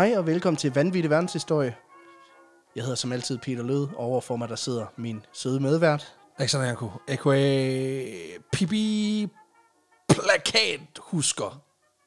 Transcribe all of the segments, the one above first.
Hej og velkommen til Vanvittig Verdenshistorie. Jeg hedder som altid Peter Lød, og overfor mig der sidder min søde medvært. Alexander Janko, a.k.a. Pippi Plakathusker.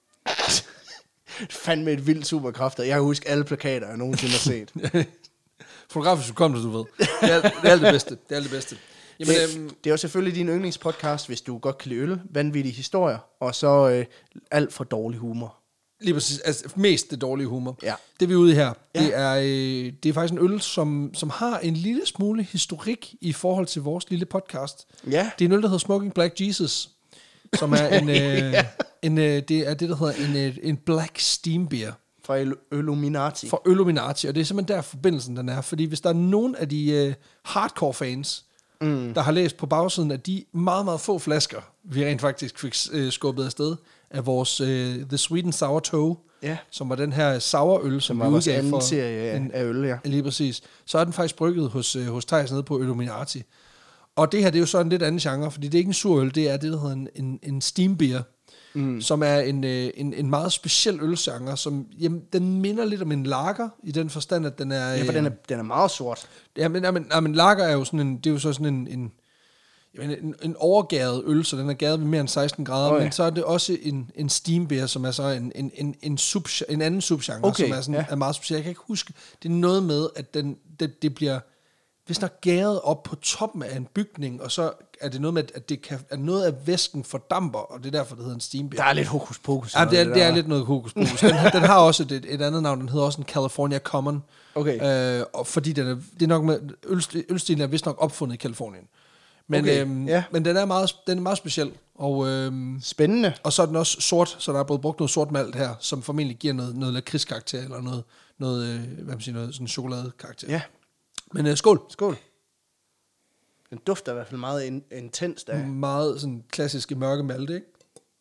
Fandme et vildt superkræfter. Jeg kan huske alle plakater, jeg nogensinde har set. Fotografisk hukommelse, du ved. Det er alt det bedste. Det er alt det bedste. Jamen, det er jo selvfølgelig din yndlingspodcast, hvis du godt kan lide øl, vanvittige historier, og så alt for dårlig humor. Lige præcis, altså mest det dårlige humor. Ja. Det vi er ude i her, Ja. det er faktisk en øl, som har en lille smule historik i forhold til vores lille podcast. Ja. Det er en øl, der hedder Smoking Black Jesus, som er det er det, der hedder en Black Steam Beer. Fra Illuminati. For Illuminati, og det er simpelthen der forbindelsen den er. Fordi hvis der er nogen af de hardcore fans, der har læst på bagsiden af de meget, meget få flasker, vi rent faktisk fik skubbet afsted, af vores The Sweet and Sour Toe, som var den her sourøl, som vi vores udgav anden for serie af øl, ja. Lige præcis. Så er den faktisk brygget hos Thijs nede på Illuminati. Og det her, det er jo så en lidt anden genre, fordi det er ikke en surøl, det er det, der hedder en steam beer, som er en meget speciel ølgenre, som den minder lidt om en lager, i den forstand, at den er... Ja, for den er meget sort. Ja, men lager er jo sådan en... Det er jo så sådan en overgæret øl, så den er gæret ved mere end 16 grader, men så er det også en steam beer, som er så en anden subgenre, som er, sådan, er meget speciel. Jeg kan ikke huske, det er noget med, at det bliver hvis nok gæret op på toppen af en bygning, og så er det noget med, at noget af væsken fordamper, og det er derfor, det hedder en steam beer. Der er lidt hokus pokus. Ja, det er lidt noget hokus pokus. Den har også et andet navn, den hedder også en California Common. Okay. Og fordi det er nok med, ølstilen er vist nok opfundet i Kalifornien. Men, men den er meget speciel. Og, spændende. Og så er den også sort, så der er både brugt noget sort malt her, som formentlig giver noget lakridskarakter, eller noget sådan chokoladekarakter. Ja. Men skål. Skål. Den dufter i hvert fald meget intenst af. Meget sådan klassiske mørke malte, ikke?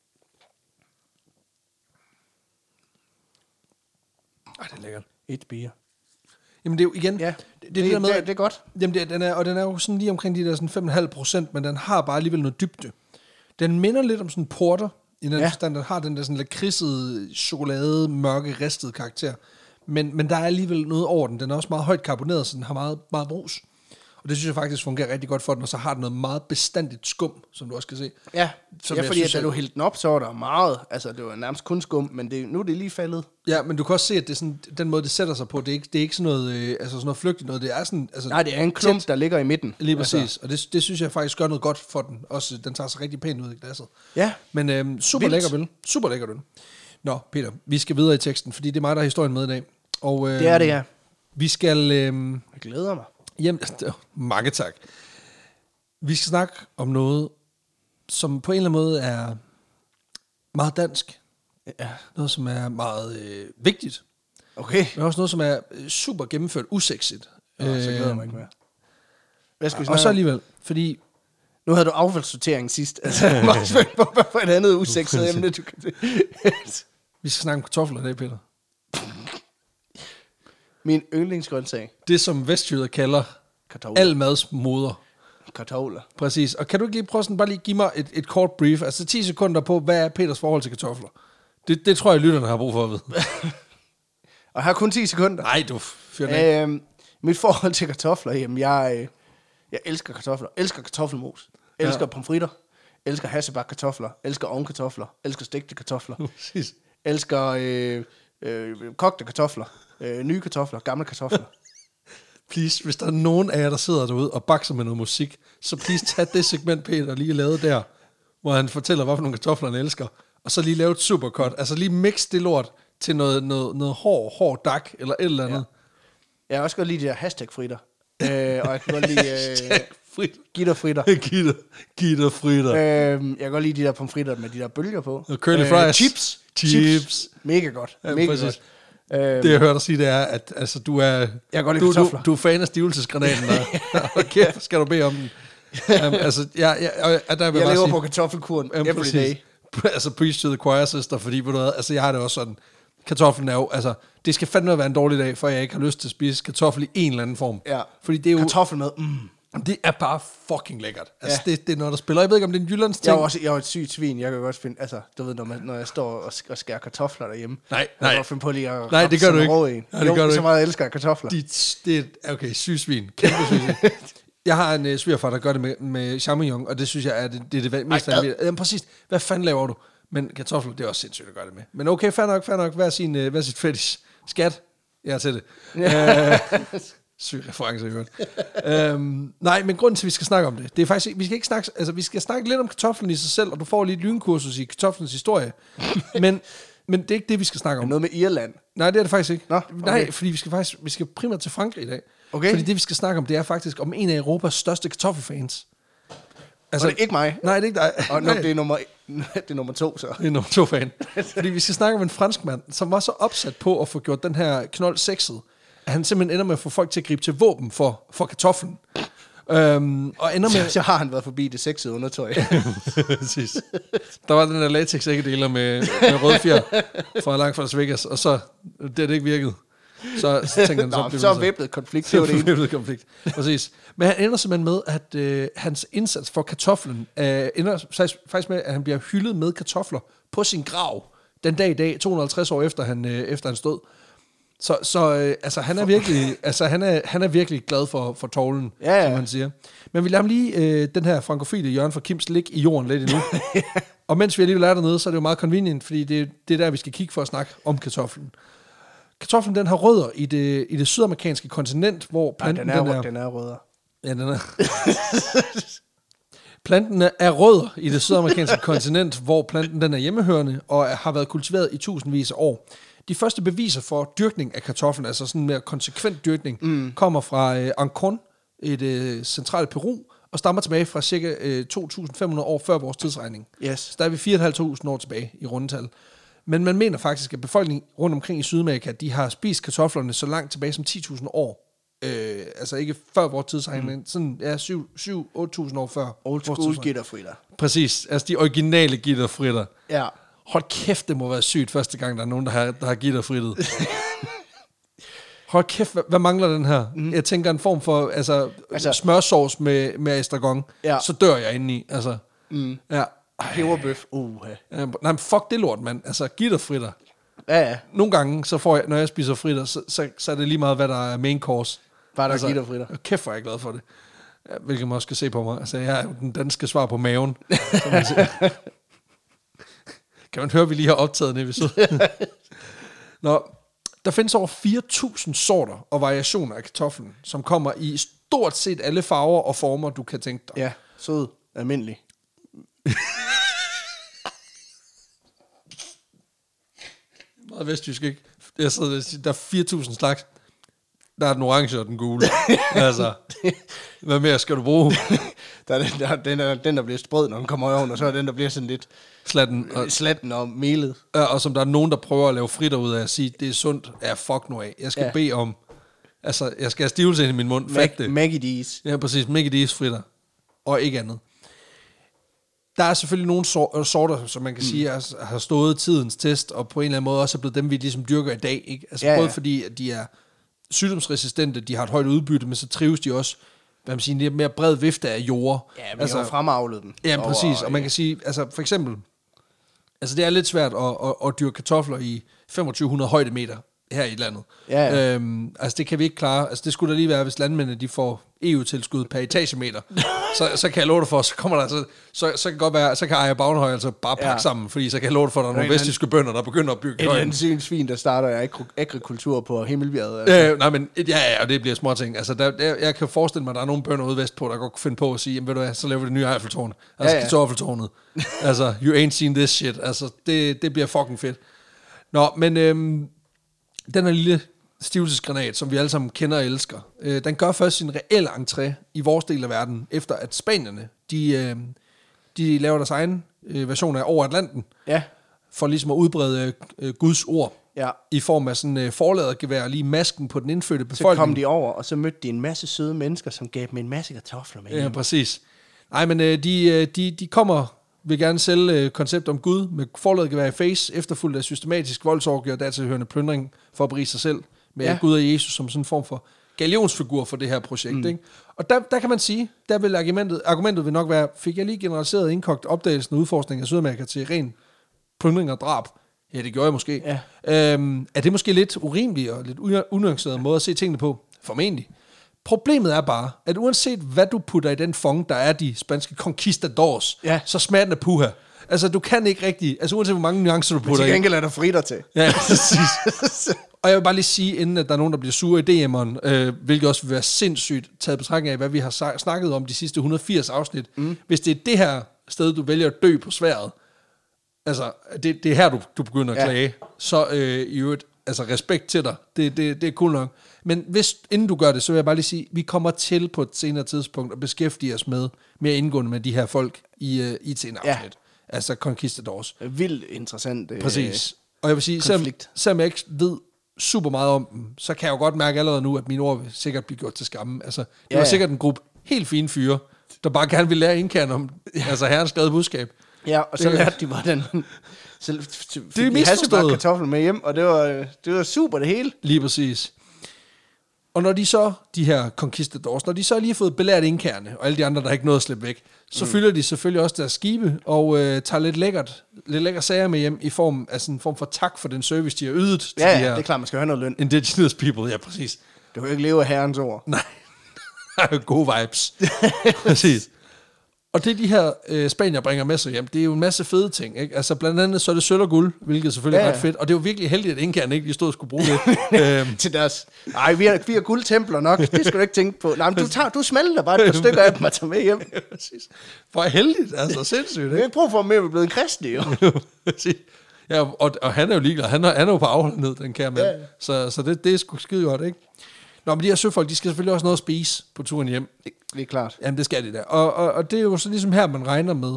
Ej, det er lækkert. Et bier. Jamen det er jo igen... Ja, det der med, det er godt. Jamen den er jo sådan lige omkring de der sådan 5,5%, men den har bare alligevel noget dybde. Den minder lidt om sådan en porter, i den forstand, den har den der sådan lakridsede, chokolade, mørke, ristede karakter. Men der er alligevel noget over den. Den er også meget højt karboneret, så den har meget, meget brus. Og det synes jeg faktisk fungerer rigtig godt for den, og så har den noget meget bestandigt skum, som du også kan se. Ja, fordi da du hældte den op, så var der meget, altså det var nærmest kun skum, men nu er det lige faldet. Ja, men du kan også se, at det er sådan, den måde, det sætter sig på, det er ikke sådan noget, sådan noget flygtigt noget, det er sådan... Altså, nej, det er en klump, der ligger i midten. Lige præcis, altså. Og det synes jeg faktisk gør noget godt for den. Også, den tager sig rigtig pænt ud i glasset. Ja. Men super lækker øl. Super lækker øl. Nå, Peter, vi skal videre i teksten, fordi det er mig, der har historien med i dag. Og, det er det, ja. Vi skal... Jeg glæder mig. Jamen, mange tak. Vi skal snakke om noget, som på en eller anden måde er meget dansk. Ja. Noget, som er meget vigtigt. Okay. Men også noget, som er super gennemført usexigt. Så glæder jeg mig ikke mere. Hvad skal vi snakke og så alligevel, fordi... Nu havde du affaldssortering sidst. Altså, jeg var spændt på, hvad for et andet usexet emne, du kan... Vi skal snakke om kartofler i dag, Peter. Min yndlingsgrøntsag. Det, som vestjyder kalder al mads moder. Kartofler. Præcis. Og kan du ikke lige prøve sådan, bare lige give mig et kort brief, altså 10 sekunder på, hvad er Peters forhold til kartofler? Det tror jeg, lytterne har brug for at vide. Og jeg har kun 10 sekunder. Nej, du fyrer den mit forhold til kartofler, jamen jeg elsker kartofler. Elsker kartoffelmos. Elsker pomfritter. Elsker hasselbakkartofler. Elsker ovnkartofler. Elsker stegte kartofler. Præcis. Elsker kogte kartofler. Nye kartofler. Gamle kartofler. Please, hvis der er nogen af jer, der sidder derude og bakser med noget musik, så please tag det segment, Peter lige lavet der, hvor han fortæller, hvad for nogle kartofler han elsker, og så lige lave et supercut. Altså lige mix det lort til noget hård dak, eller et eller andet. Ja. Jeg kan også godt lide de der hashtag-fritter. Og jeg kan godt lide gitterfritter. Gitterfritter. Jeg kan godt lide de der pomfritter med de der bølger på. Og curly fries. Chips. Mega godt. Ja, mega godt. Det jeg hørte dig sige, det er, at altså, du er fan af stivelsesgranaten, og kæft, skal du bede om den. Altså, jeg lever på kartoffelkuren every day. Altså, preach to the choir sister, fordi altså, jeg har det også sådan, kartoflen er jo, altså, det skal fandme være en dårlig dag, for jeg ikke har lyst til at spise kartoffel i en eller anden form. Ja. Fordi det er jo... Kartoffelmad, Det er bare fucking lækkert. Altså, det er noget, der spiller. Jeg ved ikke, om det er en Jyllands ting. Jeg er et sygt svin. Jeg kan godt finde... Altså, du ved, når jeg står og skærer kartofler derhjemme. Nej. Jeg kan godt finde på lige at... Nej, det gør du ikke. Nej, det gør du ikke. Så meget jeg elsker kartofler. Okay, syg svin. Kæmpe syg svin. Jeg har en svigerfar, der gør det med champignon, og det synes jeg er det mest vanvittige. Jamen præcis. Hvad fanden laver du? Men kartofler, det er også sindssygt at gøre det med. Men okay, fair nok. Hvad er sit fetish? Skat? Jeg er til det. Syg reference i øvrigt. Nej, men grunden til, at vi skal snakke om det er faktisk, vi skal ikke snakke, altså vi skal snakke lidt om kartoflen i sig selv, og du får lige et lynkursus i kartoflens historie. men det er ikke det, vi skal snakke om. Noget med Irland? Nej, det er det faktisk ikke. Nå, okay. Nej, fordi vi skal primært til Frankrig i dag. Okay. Fordi det, vi skal snakke om, det er faktisk om en af Europas største kartoffelfans. Altså, og det er ikke mig? Nej, det er ikke dig. Og det er nummer 2, så. Det er nummer 2 fan. Fordi vi skal snakke om en franskmand, som var så opsat på at få gjort den her knold sexet, at han simpelthen ender med at få folk til at gribe til våben for kartoflen. Og ender med... Så har han været forbi det sexede undertøj. Præcis. Der var den der latex-æggedeler med røde fjer fra langt fra Las Vegas, og så det ikke virkede. Så tænkte han, så væbnet konflikt. Det var det væbnet konflikt. Præcis. Men han ender simpelthen med, at hans indsats for kartoflen ender faktisk med, at han bliver hyldet med kartofler på sin grav den dag i dag, 250 år efter han stod. Så altså, han er virkelig, han er virkelig glad for tårlen, som man siger. Men vi lader ham lige den her frankofile Jørgen fra Kims ligge i jorden lidt endnu. Og mens vi alligevel er dernede, så er det jo meget convenient, fordi det er der, vi skal kigge for at snakke om kartoflen. Kartoflen, den har rødder i det sydamerikanske kontinent, hvor planten den er rødder. Ja, den er. Planten er rødder i det sydamerikanske kontinent, hvor planten den er hjemmehørende og har været kultiveret i tusindvis af år. De første beviser for dyrkning af kartoflen, altså sådan mere konsekvent dyrkning, kommer fra Ancón, et centralt Peru, og stammer tilbage fra ca. 2.500 år før vores tidsregning. Yes. Så der er vi 4.500 år tilbage i rundetal. Men man mener faktisk, at befolkningen rundt omkring i Sydamerika, de har spist kartoflerne så langt tilbage som 10.000 år. Altså ikke før vores tidsregning, men sådan 7-8.000 år før. Old school gitterfritter. Præcis, altså de originale gitterfritter. Ja. Hold kæft, det må være sygt første gang, der er nogen, der har gitterfrittet. Hold kæft, hvad mangler den her? Jeg tænker en form for altså smørsovs med estragon. Ja. Så dør jeg indeni. Altså, ja. Peberbøf. Nej, men fuck det lort, mand. Altså, gitterfritter. Ja. Nogle gange, så får jeg, når jeg spiser fritter, så er det lige meget, hvad der er main course. Bare der gitterfritter. Kæft, hvor er jeg glad for det. Ja, hvilket man også skal se på mig. Altså, jeg er jo den danske svar på maven. Kan man høre, at vi lige har optaget en episode? Nå, der findes over 4.000 sorter og variationer af kartoflen, som kommer i stort set alle farver og former, du kan tænke dig. Ja, sød, almindelig. Meget vestjysk, ikke? Der er 4.000 slags. Der er den orange og den gule. Altså, hvad mere skal du bruge? Der er den, der bliver sprød, når den kommer i ovnen, og så er den, der bliver sådan lidt slatten og melet. Og som der er nogen, der prøver at lave fritter ud af at sige, det er sundt. Ja, fuck nu af. Jeg skal bede om, altså, jeg skal have stivelse ind i min mund. Maggie D's. Ja, præcis. Maggie D's fritter. Og ikke andet. Der er selvfølgelig nogle sorter, som man kan sige, har stået tidens test, og på en eller anden måde også er blevet dem, vi ligesom dyrker i dag. Ikke? Altså både fordi, at de er sygdomsresistente, de har et højt udbytte, men så trives de også, hvad man siger, lidt mere bred vifte af jord. Ja, men altså, de har fremavlet dem. Ja, præcis. Og man kan sige, altså for eksempel, altså det er lidt svært at dyrke kartofler i 2500 højdemeter her i landet. Ja. Altså det kan vi ikke klare. Altså det skulle da lige være, hvis landmændene de får EU-tilskud per etagemeter. så kan jeg love dig for, så kommer der altså, så kan godt være, så kan Ejer Bavnhøj altså bare pakke sammen, fordi så kan jeg love dig for, at der er nogle vestjyske bønder, der begynder at bygge højen. En synsvin, der starter agrikultur på Himmelbjerget. Altså. Nej, men og det bliver små ting. Altså jeg kan forestille mig, at der er nogle bønder ude vestpå, der godt kunne finde på at sige, jamen ved du hvad, så laver vi det nye Eiffeltårn. Altså kartoffeltårnet. Altså, you ain't seen this shit. Altså, det bliver fucking fedt. Nå, men den her lille stivelsesgranat, som vi alle sammen kender og elsker, den gør først sin reelle entré i vores del af verden, efter at spanierne, de laver deres egen version af over Atlanten, for ligesom at udbrede Guds ord, i form af sådan forladergevær, lige masken på den indfødte befolkning. Så kom de over, og så mødte de en masse søde mennesker, som gav dem en masse kartofler med. Ja, præcis. Nej, men de kommer, vil gerne sælge koncept om Gud med forladergevær i face, efterfulgt af systematisk voldsorgie og dertilhørende plyndring for at berige sig selv med Gud og Jesus som sådan en form for galionsfigur for det her projekt. Ikke? Og der kan man sige, der vil argumentet vil nok være, fik jeg lige generaliseret indkogt opdagelsen og udforskning af Sydamerika til ren plyndring og drab? Ja, det gjorde jeg måske. Ja. Er det måske lidt urimeligt og lidt unuanceret måde at se tingene på? Formentlig. Problemet er bare, at uanset hvad du putter i den fong, der er de spanske conquistadors, så smager den af puha. Altså, du kan ikke rigtig... Altså, uanset hvor mange nuancer du putter i... Men til gengæld er der fritter til. Ja, præcis. Og jeg vil bare lige sige, inden at der er nogen, der bliver sure i DM'eren, hvilket også vil være sindssygt taget betragtning af, hvad vi har snakket om de sidste 180 afsnit. Hvis det er det her sted, du vælger at dø på sværet, altså, det er her, du begynder at klage, så i øvrigt, altså respekt til dig, det er cool nok. Men inden du gør det, så vil jeg bare lige sige, vi kommer til på et senere tidspunkt at beskæftige os med mere indgående med de her folk i et senere afsnit. Altså Conquistadors. Vildt interessant præcis. Og jeg vil sige, selvom jeg ikke ved super meget om dem, så kan jeg jo godt mærke allerede nu, at mine ord vil sikkert blive gjort til skamme. Altså, det var sikkert en gruppe helt fine fyre, der bare gerne ville lære indkæren om herrens skrevet budskab. Ja, og så lærte de bare den... Så det er misforstået. Kartofler med hjem, og det var super det hele. Lige præcis. Og når de her conquistadors, når de så lige har fået belært indkærne, og alle de andre, der ikke nåede at slippe væk, så fylder de selvfølgelig også deres skibe, og tager lidt lækker sager med hjem, i form af sådan en form for tak for den service, de har ydet til de her... det er klart, man skal have noget løn. Indigenous people, ja, præcis. Du kan jo ikke leve af herrens ord. Nej, gode vibes. Præcis. Og det de her spanier bringer med sig hjem, det er jo en masse fede ting, ikke? Altså blandt andet så er det sølv og guld, hvilket selvfølgelig er ret fedt, og det er jo virkelig heldigt, at indkærne ikke lige stod og skulle bruge det. Til deres, vi har guldtempler nok, det skal du ikke tænke på. Nej, men du smelter bare et par stykker af dem og tager med hjem. Ja, præcis. For heldigt, altså sindssygt, ikke? Jeg ikke brug for, at vi er blevet en kristne, jo. Ja, og han er jo ligeglad, han er jo på afholdenhed, den kære mand. Ja. Så det er sgu skide godt, ikke? Nå, men de her søfolk, de skal selvfølgelig også noget at spise på turen hjem. Det er klart. Jamen, det skal de da. Og det er jo så ligesom her, man regner med,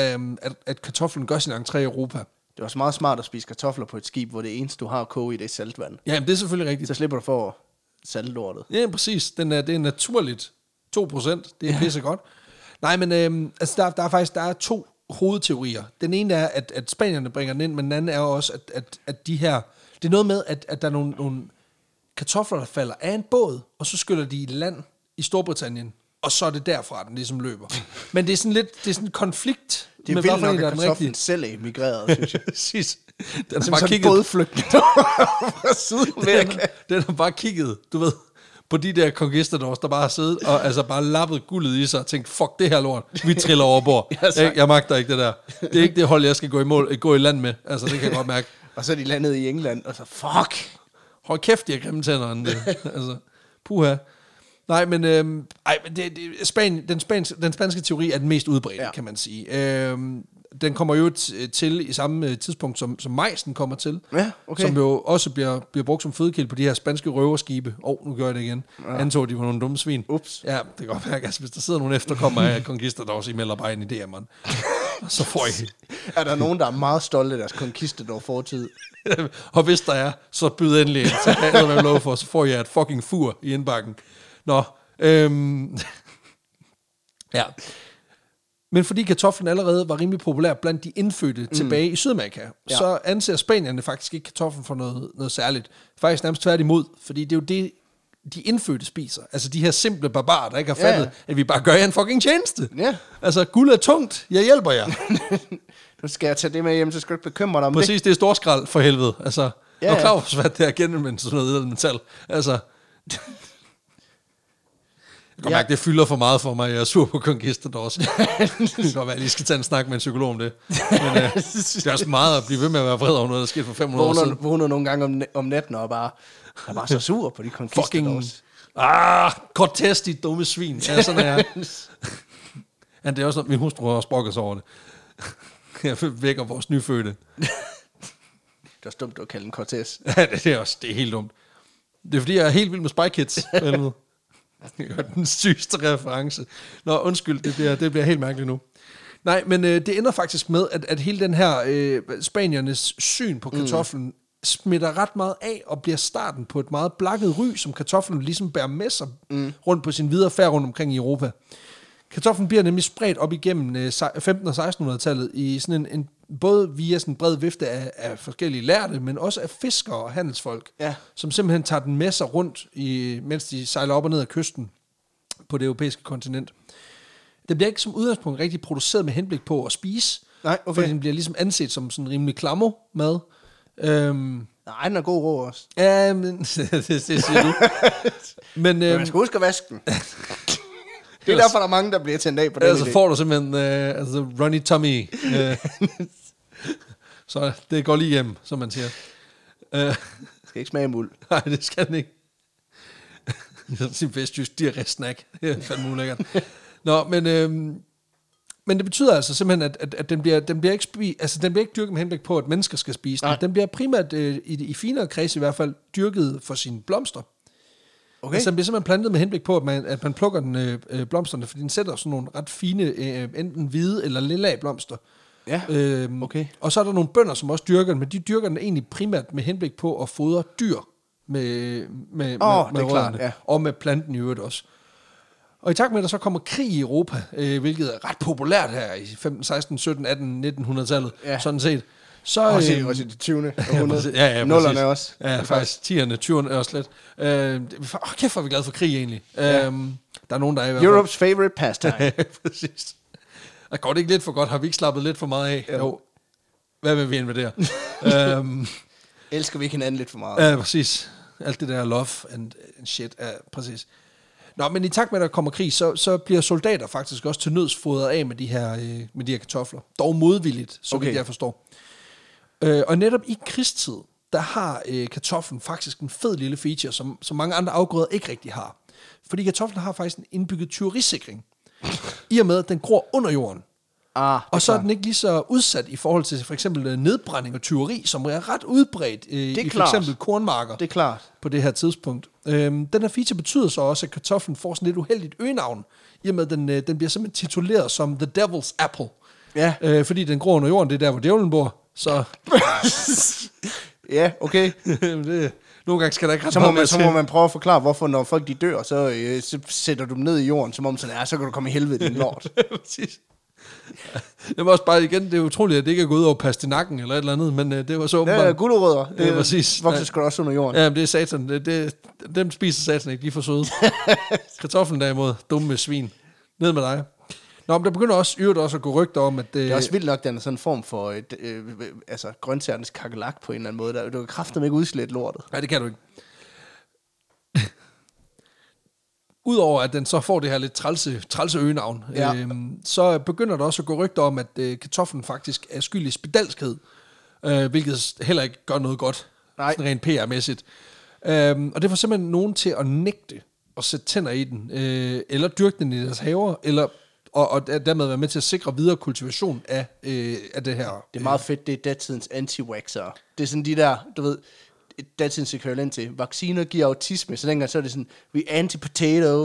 at kartoflen gør sin entré i Europa. Det er også meget smart at spise kartofler på et skib, hvor det eneste, du har at koge i, det er saltvand. Jamen, det er selvfølgelig rigtigt. Så slipper du for saltlortet. Ja, præcis. Det er naturligt 2%. Det er pisse godt. Nej, men altså, der er to hovedteorier. Den ene er, at spanierne bringer den ind, men den anden er også, at de her... Det er noget med, at der er nogle kartofler, der falder af en båd, og så skyller de i land i Storbritannien, og så er det derfra, den ligesom løber. Men det er sådan lidt, det er sådan en konflikt. Det er vildt nok, at kartoflen selv er emigreret, synes jeg. Præcis. Den har bare kigget bådflygtning fra Sydamerika. Den har bare kigget, du ved, på de der conquistadors, der bare har siddet og altså bare lappet guldet i sig og tænkt, fuck det her lort, vi triller over bord. Jeg magter ikke det der. Det er ikke det hold, jeg skal gå i land med. Altså, det kan jeg godt mærke. Og så er de landet i England, og så fuck. Hold kæft, de har grimme tænderne. Altså, puha. Nej, men den spanske teori er den mest udbredte, kan man sige. Den kommer jo til i samme tidspunkt, som majsen kommer til. Ja, okay. Som jo også bliver brugt som fødekilde på de her spanske røverskibe. Nu gør jeg det igen. Antog, de var nogle dumme svin. Ups. Ja, det kan godt være, altså, hvis der sidder nogen efterkommer af Conquistadors, I melder bare ind i DM'eren. Så får I... Er der nogen, der er meget stolte af deres Conquistador fortid? Og hvis der er, så byd endelig ind. Så kan jeg være lov for, så får jeg et fucking fur i indbakken. Nå, ja. Men fordi kartoflen allerede var rimelig populær blandt de indfødte tilbage i Sydamerika, så anser spanierne faktisk ikke kartoflen for noget særligt. Faktisk nærmest tværtimod, fordi det er jo det, de indfødte spiser. Altså de her simple barbarer, der ikke har fattet, at vi bare gør jer en fucking tjeneste. Ja. Altså guld er tungt, jeg hjælper jer. Nu skal jeg tage det med hjem, så skal du ikke bekymre dig om Præcis, det er storskrald for helvede. Altså, og klar hvor svært det er at genanvende sådan noget metal. Altså... Jeg kan mærke, det fylder for meget for mig, jeg er sur på Conquistadors. Det kan godt være, at jeg lige skal tage en snak med en psykolog om det. Men det er også meget at blive ved med at være vred over noget, der skete for 500 år siden. Vågner nogle gange om natten og bare så sur på de Conquistadors. Cortés, de dumme svin. Ja, sådan er jeg. Ja, det er også noget, min hustru har sprokket sig over det. Jeg vækker vores nyfødte. Det er også dumt at kalde en Cortés. Ja, det er helt dumt. Det er fordi, jeg er helt vild med Spy Kids. Det er den sygeste reference. Nå, undskyld, det bliver helt mærkeligt nu. Nej, men det ender faktisk med, at hele den her spaniernes syn på kartoflen smitter ret meget af, og bliver starten på et meget blakket ry, som kartoflen ligesom bærer med sig rundt på sin videre færd rundt omkring i Europa. Kartoflen bliver nemlig spredt op igennem 1500- og 1600-tallet i sådan både via sådan en bred vifte af forskellige lærte, men også af fiskere og handelsfolk, som simpelthen tager den med sig rundt, mens de sejler op og ned ad kysten på det europæiske kontinent. Den bliver ikke som udgangspunkt rigtig produceret med henblik på at spise, fordi den bliver ligesom anset som sådan rimelig klammer-mad. Nej, den er god rå også. Ja, men det siger du. Men man skal huske at vaske den. Det er derfor, der er mange, der bliver tændt af på den idé. Så får du simpelthen Ronnie Tommy. Så det går lige hjem, som man siger. Skal ikke smage muld. Nej, det skal den ikke. Sin vestjysk diarré-snack. Det er fandme ulækkert. Nå, men det betyder altså simpelthen, at den bliver ikke dyrket med henblik på, at mennesker skal spise den. Den bliver primært, i finere kreds i hvert fald, dyrket for sine blomster. Okay. Altså, den bliver simpelthen plantet med henblik på, at man plukker den blomsterne, fordi den sætter sådan nogle ret fine, enten hvide eller lilla blomster. Ja, okay. Og så er der nogle bønder, som også dyrker den, men de dyrker den egentlig primært med henblik på at fodre dyr med rødderne, og med planten i øvrigt også. Og i takt med, at der så kommer krig i Europa, hvilket er ret populært her i 15, 16, 17, 18, 1900-tallet, sådan set. Så, også i det 20. århundrede. Ja, nullerne også. Ja, faktisk 10'erne, 20'erne også lidt. Kæft, hvor er vi glade for krig egentlig. Der er nogen, der er i hvert fald. Europe's favorite pastime. Præcis. Og går det ikke lidt for godt? Har vi ikke slappet lidt for meget af? Jo. Hvad vil vi ind med det her? Elsker vi ikke hinanden lidt for meget? Ja, præcis. Alt det der love and shit. Ja, præcis. Nå, men i takt med, at der kommer krig, så bliver soldater faktisk også til nøds fodret af med de her kartofler. Dog modvilligt, så vidt jeg forstår. Og netop i krigstid, der har kartoflen faktisk en fed lille feature, som mange andre afgrøder ikke rigtig har. Fordi kartoflen har faktisk en indbygget tyverisikring. I og med, at den gror under jorden. Og så er den ikke lige så udsat i forhold til for eksempel nedbrænding og tyveri, som er ret udbredt i for eksempel kornmarker. Det er klart. På det her tidspunkt. Den her feature betyder så også, at kartoflen får sådan lidt uheldigt øgenavn, i og med, at den bliver simpelthen tituleret som The Devil's Apple. Ja. Fordi den gror under jorden, det er der, hvor djævlen bor. Så... ja, okay. Nogle gange skal der ikke så må man prøve at forklare, hvorfor når folk de dør, så sætter du dem ned i jorden, som om sådan så kan du komme i helvede, din lort. Præcis. Det var også bare igen, det er utroligt, at det ikke er gået ud over pastinakken eller et eller andet, men det var så åbenbart. Ja, gulerødder. Det præcis. Vokser sgu også under jorden. Ja, men det er satan. Dem spiser satan ikke, de er for søde. Kartoflen derimod, dumme svin. Ned med dig. Nå, men der begynder også at gå rygter om, at... Det er også vildt nok, den er sådan en form for grøntsagernes kakelak på en eller anden måde. Du kan kraftedeme ikke udslætte lortet. Nej, det kan du ikke. Udover at den så får det her lidt trælse øgenavn, så begynder der også at gå rygter om, at kartoflen faktisk er skyld i spedalskhed, hvilket heller ikke gør noget godt, sådan rent PR-mæssigt. Og det får simpelthen nogen til at nægte at sætte tænder i den, eller dyrke den i deres haver, eller og dermed være med til at sikre videre kultivation af det her. Det er meget fedt, det er datidens anti-waxere. Det er sådan de der, du ved, datidens ekvivalent til vacciner giver autisme, så dengang så er det sådan, we anti-potato.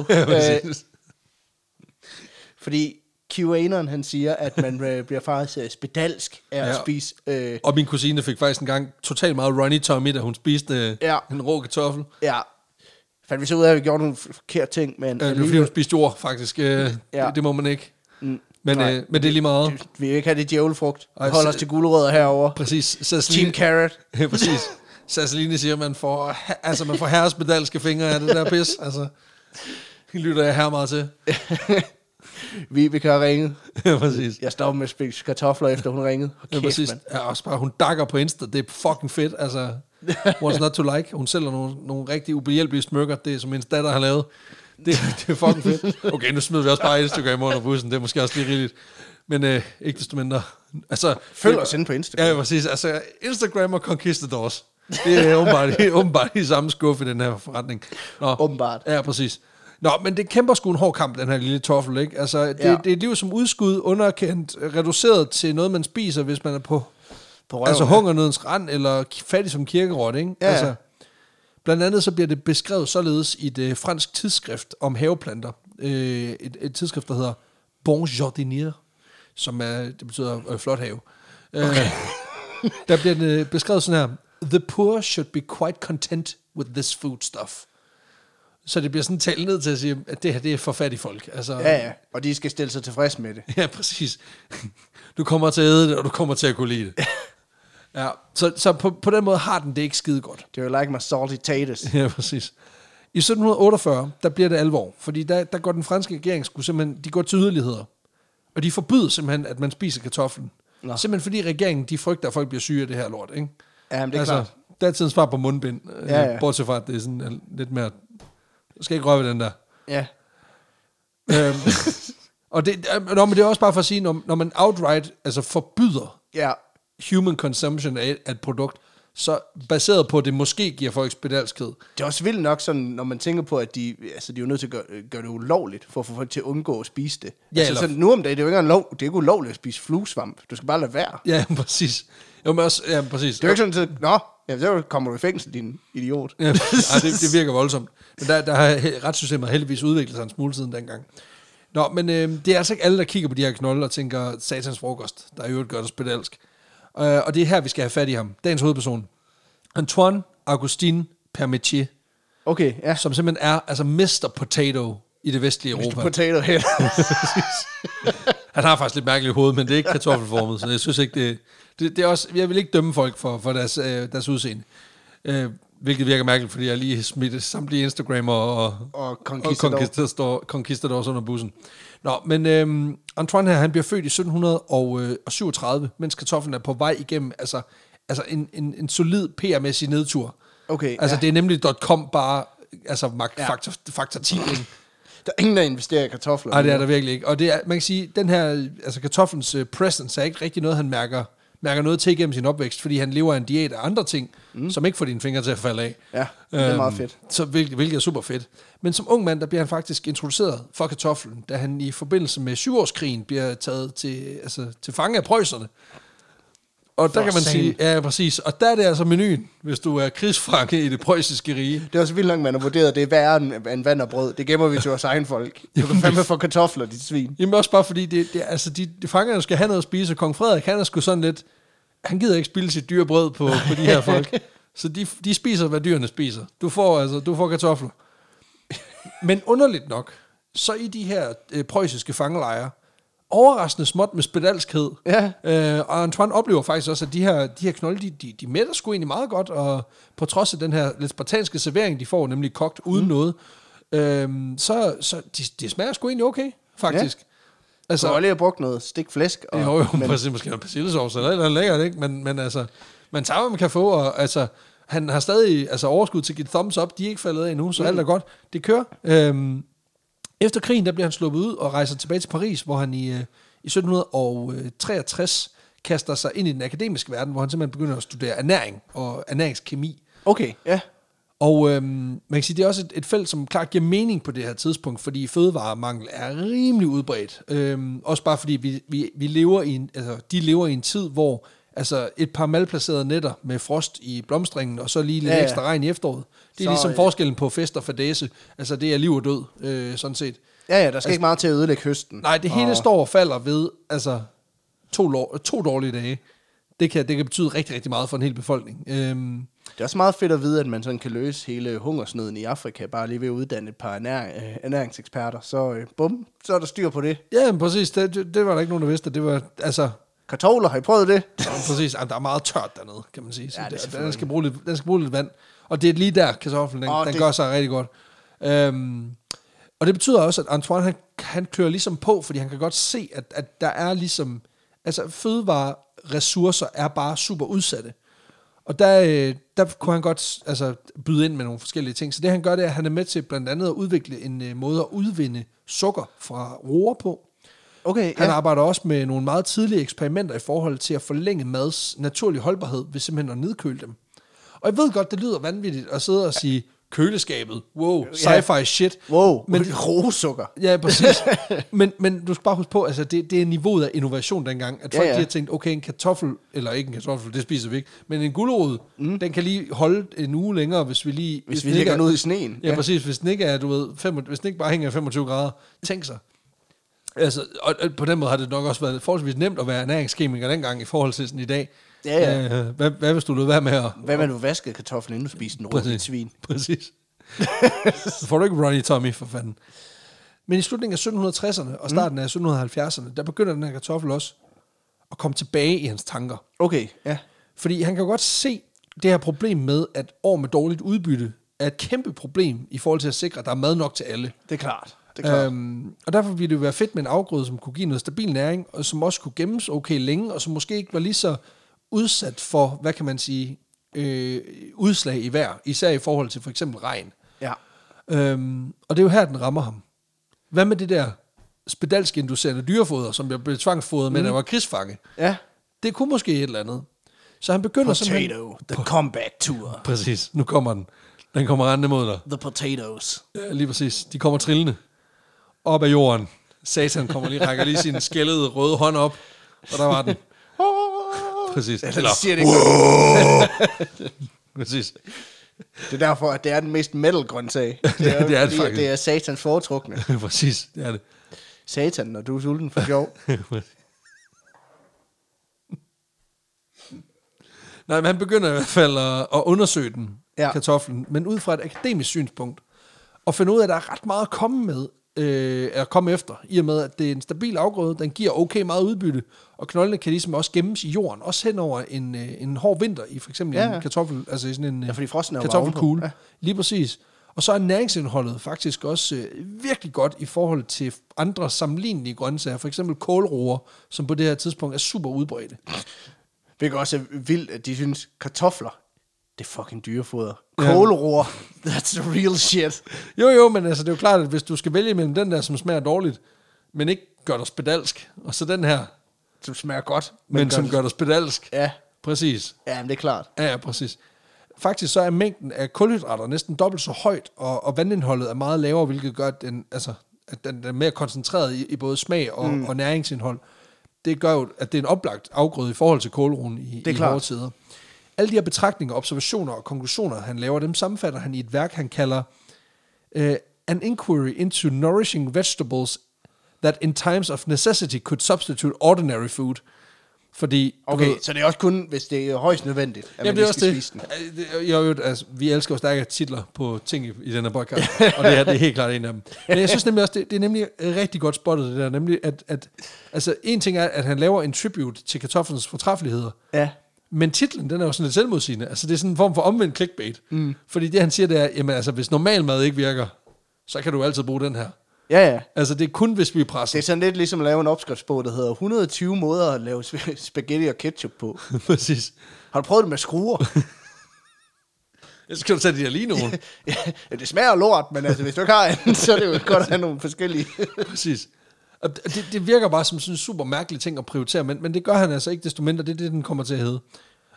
Fordi QAnon, han siger, at man bliver faktisk spedalsk af at spise... Og min kusine fik faktisk en gang totalt meget Ronnie Tommy, da hun spiste en rå kartoffel. Ja. Fandt vi så ud af, at vi gjorde nogle forkerte ting, men... det var fordi, hun spiste jord, faktisk. Det må man ikke. Men det er lige meget. Vi vil ikke have det djævelfrugt. Vi holder os til gulerødder herover. Præcis. Team Carrot. Præcis. Sasseline siger, at man får herrespedalske fingre af det der pis. Altså, det lytter jeg her meget til. Vi kan have ringet. Ja, præcis. Jeg stopper med at spise kartofler, efter hun ringede. Ja, præcis. Ja, også bare, hun dakker på Insta. Det er fucking fedt. Altså, what's not to like? Hun sælger nogle rigtig ubehjælpelige smykker. Det er, som hendes datter har lavet. Det er fucking fedt. Okay, nu smider vi også bare Instagram under bussen. Det er måske også lige rigeligt. Men ikke desto mindre. Altså, følg os inde på Instagram. Ja, præcis. Altså, Instagram og Conquistadors. Det er åbenbart i samme skuffe i den her forretning. Nå, åbenbart. Ja, præcis. Nå, men det kæmper sgu en hård kamp, den her lille toffel, ikke? Altså, det er et liv som udskud, underkendt, reduceret til noget, man spiser, hvis man er på hungernødens rand, eller fattig som kirkerot, ikke? Ja. Altså, blandt andet så bliver det beskrevet således i et fransk tidsskrift om haveplanter. Et tidsskrift, der hedder Bon Jardinier, som det betyder flot have. Okay. Der bliver det beskrevet sådan her: The poor should be quite content with this foodstuff. Så det bliver sådan talt ned til at sige, at det her, det er for fattige folk. Altså, Ja, og de skal stille sig tilfreds med det. Ja, præcis. Du kommer til at æde det, og du kommer til at kunne lide det. Ja, så på den måde har den det ikke skide godt. Det er jo like my salty taters. Ja, præcis. I 1748, der bliver det alvor, fordi der går den franske regering de går til yderligheder. Og de forbyder simpelthen, at man spiser kartoflen. Nå. Simpelthen fordi regeringen, de frygter, at folk bliver syge af det her lort, ikke? Ja, men det er klart. Der er tidens svar på mundbind. Ja. Bortset fra, at det er sådan lidt mere... Du skal ikke røre ved den der. Ja. Og men det er også bare for at sige, når man outright forbyder human consumption af et produkt, så baseret på, at det måske giver folk spedalskhed. Det er også vildt nok sådan, når man tænker på, at de er jo nødt til at gøre det ulovligt, for at få folk til at undgå at spise det. Ja, så nu om dagen, det er jo ikke ikke ulovligt at spise fluesvamp. Du skal bare lade være. Ja, præcis. Jo, men også, ja, præcis. Det er jo ikke sådan, at så kommer du i fængsel, din idiot. Ja, det virker voldsomt. Men der har retssystemet heldigvis udviklet sig en smule siden dengang. Nå, men det er altså ikke alle, der kigger på de her knolde og tænker, satans frokost, der er jo et godt spedalsk. Og det er her, vi skal have fat i ham. Dagens hovedperson. Antoine Augustin Permetier. Okay, ja. Som simpelthen er Mr. Potato i det vestlige Europa. Mr. Potato Head. Han har faktisk lidt mærkeligt hoved, men det er ikke kartoffelformet, så jeg synes ikke, det er også, jeg vil ikke dømme folk for deres udseende. Hvilket virker mærkeligt, fordi jeg lige smidt samtlige Instagrammer og Conquistadors under bussen. Nå, men Antoine her, han bliver født i 1737, mens kartoflen er på vej igennem, altså en solid PR-mæssig nedtur. Okay, altså det er nemlig .com bare, faktor 10, ikke? Der er ingen, der investerer i kartofler. Nej, det er der virkelig ikke. Og det er, man kan sige, den her, kartoflens presence er ikke rigtig noget, han mærker noget til igennem sin opvækst, fordi han lever en diæt af andre ting, som ikke får dine fingre til at falde af. Ja, det er meget fedt. Så hvilket er super fedt. Men som ung mand, der bliver han faktisk introduceret for kartoflen, da han i forbindelse med 7-årskrigen bliver taget til fange af preusserne. Og der kan man sige, ja præcis, og der er det altså menuen, hvis du er krigsfange i det preussiske rige. Det er også vildt nok, man har vurderet, det er værre end vand og brød. Det gemmer vi til vores egen folk. Du kan fandme få kartofler, dit svin. Jamen også bare fordi, de fangerne skal have noget at spise, og kong Frederik, han er sgu sådan lidt, han gider ikke spille sit dyre brød på de her folk. Så de spiser, hvad dyrene spiser. Du får kartofler. Men underligt nok, så i de her preussiske fangelejre, overraskende småt med spedalskhed. Ja. Og Antoine oplever faktisk også, at de her knolde, de mætter sgu egentlig meget godt, og på trods af den her lidt spartanske servering, de får, nemlig kogt uden noget, så de smager sgu egentlig okay, faktisk. Ja. Altså, du har lige brugt noget stik flæsk. Præcis, måske noget persillesovs eller noget lækkert, ikke? Men altså, man tager, hvad man kan få, og altså, han har stadig overskud til at give thumbs up, de er ikke faldet af endnu, så alt er godt. Det kører. Efter krigen, der bliver han sluppet ud og rejser tilbage til Paris, hvor han i 1763 kaster sig ind i den akademiske verden, hvor han simpelthen begynder at studere ernæring og ernæringskemi. Okay, ja. Og man kan sige, det er også et felt, som klart giver mening på det her tidspunkt, fordi fødevaremangel er rimelig udbredt. Også bare fordi vi lever de lever i en tid, hvor et par malplacerede nætter med frost i blomstringen, og så lige lidt ekstra regn i efteråret. Det er ligesom forskellen på fest og fadæse. Altså, det er liv og død, sådan set. Ja, der skal ikke meget til at ødelægge høsten. Nej, det hele står og falder ved, to dårlige dage. Det kan betyde rigtig, rigtig meget for en hel befolkning. Det er også meget fedt at vide, at man sådan kan løse hele hungersnøden i Afrika, bare lige ved at uddanne et par ernæringseksperter. Så så er der styr på det. Ja, præcis. Det var der ikke nogen, der vidste. Det var, kartofler, har I prøvet det? Ja, præcis. Der er meget tørt dernede, kan man sige. Så ja, den skal bruge lidt vand. Og det er lige der, kartoflen, den gør sig rigtig godt. Og det betyder også, at Antoine, han klør ligesom på, fordi han kan godt se, at der er ligesom... fødevareressourcer er bare super udsatte. Og der kunne han godt byde ind med nogle forskellige ting. Så det han gør, det er, at han er med til blandt andet at udvikle en måde at udvinde sukker fra roer på. Okay, han arbejder også med nogle meget tidlige eksperimenter i forhold til at forlænge mads naturlige holdbarhed ved simpelthen at nedkøle dem. Og jeg ved godt, det lyder vanvittigt at sidde og sige, køleskabet, wow, sci-fi shit. Wow, men roesukker. Ja, præcis. men du skal bare huske på, det er niveauet af innovation dengang, at folk de har tænkt, okay, en kartoffel, eller ikke en kartoffel, det spiser vi ikke, men en gulerod, den kan lige holde en uge længere, hvis vi lægger den ud i sneen. Ja, præcis, hvis den ikke er, hvis den ikke bare hænger 25 grader. Tænk sig. Og på den måde har det nok også været forholdsvis nemt at være ernæringskemiker dengang i forhold til sådan i dag. Ja. Hvad hvis du lød være med at... Hvad med du vaskede kartoflen, inden du spiste den rå svin? Præcis. Så får du ikke Ronnie Tommy, for fanden. Men i slutningen af 1760'erne og starten af 1770'erne, der begynder den her kartoffel også at komme tilbage i hans tanker. Okay, ja. Fordi han kan godt se det her problem med, at år med dårligt udbytte er et kæmpe problem i forhold til at sikre, at der er mad nok til alle. Det er klart. Og derfor ville det jo være fedt med en afgrøde, som kunne give noget stabil næring, og som også kunne gemmes okay længe, og som måske ikke var lige så udsat for, hvad kan man sige, udslag i vejr, især i forhold til for eksempel regn. Ja. Og det er jo her, den rammer ham. Hvad med det der spedalsk inducerende dyrefoder, som jeg blev tvangsfodret med, da jeg var krigsfange? Ja. Det kunne måske et eller andet. Så han begynder Potato, the comeback tour. Præcis, nu kommer den. Den kommer rendende mod dig. The potatoes. Ja, lige præcis. De kommer trillende op af jorden. Satan rækker lige sin skældede røde hånd op, og der var den. Præcis. Eller siger det ikke. Præcis. Det er derfor, at det er den mest metal-grøntsag. Det er det faktisk. Det er satans foretrukne. Præcis, det er det. Satan, når du er sulten for sjov. Nej, men han begynder i hvert fald at undersøge den, Ja. kartoflen, men ud fra et akademisk synspunkt, og finde ud af, at der er ret meget at komme med, at komme efter, i og med, at det er en stabil afgrøde, den giver okay meget udbytte, og knoldene kan ligesom også gemmes i jorden, også hen over en hård vinter, i for eksempel en kartoffel, altså i sådan en fordi frosten er kartoffelkugle. Ja. Lige præcis. Og så er næringsindholdet faktisk også virkelig godt i forhold til andre sammenlignelige grøntsager, for eksempel kålroer, som på det her tidspunkt er super udbredte. Hvilket også er vildt, at de synes, kartofler, det er fucking dyrefoder. Kålroer, that's the real shit. Jo, men altså, det er jo klart, at hvis du skal vælge mellem den der, som smager dårligt, men ikke gør dig spedalsk, og så den her, Som smager godt. men som gør dig spedalsk. Ja, Præcis. ja, men det er klart. Ja, præcis. Faktisk så er mængden af kulhydrater næsten dobbelt så højt, og vandindholdet er meget lavere, hvilket gør, at den er mere koncentreret i både smag og næringsindhold. Det gør jo, at det er en oplagt afgrøde i forhold til kålroen i hårde tider. Alle de her betragtninger, observationer og konklusioner, han laver, dem sammenfatter han i et værk, han kalder An Inquiry into Nourishing Vegetables that in times of necessity could substitute ordinary food. Fordi, Okay, så det er også kun, hvis det er højst nødvendigt, at man det er skal også spise den. altså, vi elsker jo stærke titler på ting i denne podcast, og det er helt klart en af dem. Men jeg synes nemlig også, det er nemlig rigtig godt spottet det der, nemlig at altså, en ting er, at han laver en tribute til kartoflens fortræffeligheder, Ja. men titlen, den er jo sådan lidt selvmodsigende. Altså, det er sådan en form for omvendt clickbait. Fordi det, han siger, det er, jamen altså, hvis normal mad ikke virker, så kan du altid bruge den her. Ja. Altså, det er kun, hvis vi er presset. Det er sådan lidt ligesom at lave en opskriftsbog, der hedder 120 måder at lave spaghetti og ketchup på. Præcis. Har du prøvet det med skruer? Så skal du tage de her lige nogen. Ja, det smager af lort, men altså, hvis du ikke har en, så er det jo godt at have nogle forskellige. Præcis. Og det virker bare som sådan en super mærkelig ting at prioritere, men det gør han altså ikke desto mindre. Det er det, den kommer til at hedde.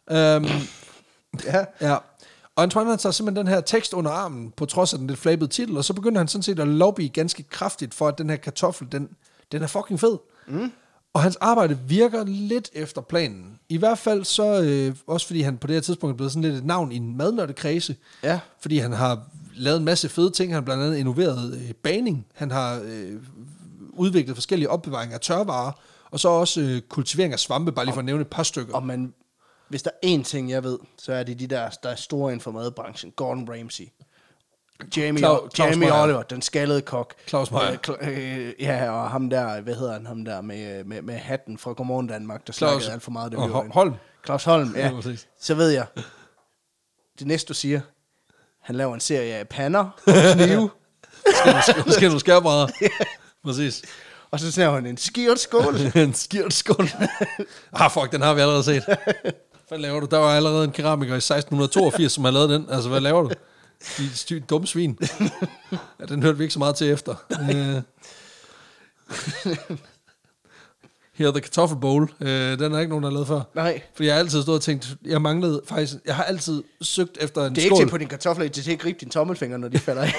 Ja. Og Antoine, han tager simpelthen den her tekst under armen, på trods af den lidt flabede titel, og så begynder han sådan set at lobby ganske kraftigt for, at den her kartoffel, den er fucking fed. Og hans arbejde virker lidt efter planen. I hvert fald så, også fordi han på det her tidspunkt er blevet sådan lidt et navn i en madnørdekredse. Ja. Fordi han har lavet en masse fede ting. Han har blandt andet innoveret bagning. Han har udviklet forskellige opbevaringer af tørvarer. Og så også kultivering af svampe, bare lige for at nævne et par stykker. Og man, hvis der er én ting, jeg ved, så er det de der er store inden for madbranchen. Gordon Ramsay. Jamie Oliver, den skaldede kok. Claus Meyer. Ja, og ham der, hvad hedder han, ham der med hatten fra Godmorgen Danmark, der snakkede alt for meget. Det Holm. Claus Holm, ja. Så ved jeg, det næste du siger, han laver en serie af pander og knive. Skal du skærbrædder? Præcis. Og så ser han en skirtskål. En skirtskål. Fuck, den har vi allerede set. Hvad laver du? Der var allerede en keramiker i 1682, som har lavet den. Altså, hvad laver du? De dumme svin. Ja, den hørte vi ikke så meget til efter. Her er The Kartoffel Bowl. Den er ikke nogen, der har lavet før. Nej. Fordi jeg har altid stået og tænkt, jeg har altid søgt efter en skål. Det er ikke til på dine kartofler, til at gribe dine tommelfinger, når de falder af.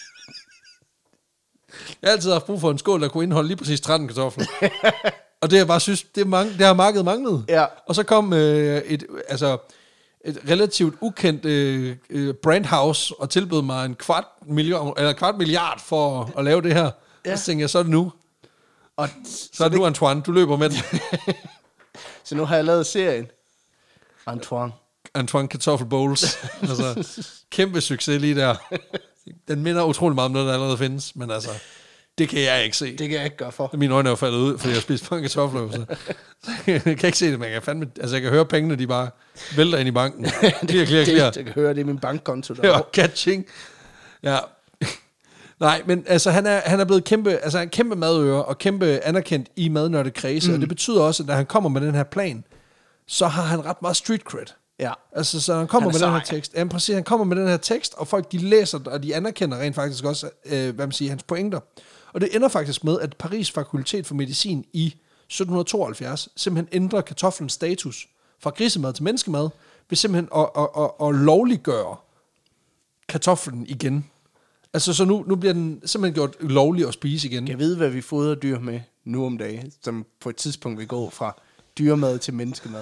Jeg har altid haft brug for en skål, der kunne indeholde lige præcis 13 kartofler. Og det jeg bare synes, det har markedet manglet. Ja. Og så kom et relativt ukendt brandhouse og tilbød mig en kvart milliard for at lave det her. Ja. Så tænkte jeg, så er det nu. Og så er det nu, Antoine, du løber med den. Så nu har jeg lavet serien. Antoine Kartoffel Bowls. Altså, kæmpe succes lige der. Den minder utrolig meget om noget, der allerede findes, men altså, det kan jeg ikke se. Det kan jeg ikke gøre for. Mine øjne er jo faldet ud, fordi jeg har spist mange kartofler. Så jeg kan ikke se det, men jeg kan høre pengene, de bare vælter ind i banken. Det, jeg kan høre, det er min bankkonto. Ja, catching. Ja. Nej, men altså, han er blevet en kæmpe madører, og kæmpe anerkendt i madnørdekredse, og det betyder også, at når han kommer med den her plan, så har han ret meget street cred. Ja. Altså, så han kommer med den her tekst. Ja, præcis, han kommer med den her tekst, og folk, de læser og de anerkender rent faktisk også, hans pointer. Og det ender faktisk med, at Paris Fakultet for Medicin i 1772 simpelthen ændrer kartoflens status fra grisemad til menneskemad, ved simpelthen at lovliggøre kartoflen igen. Altså, så nu bliver den simpelthen gjort lovlig at spise igen. Jeg ved, hvad vi fodrer dyr med nu om dagen, som på et tidspunkt vil gå fra dyremad til menneskemad.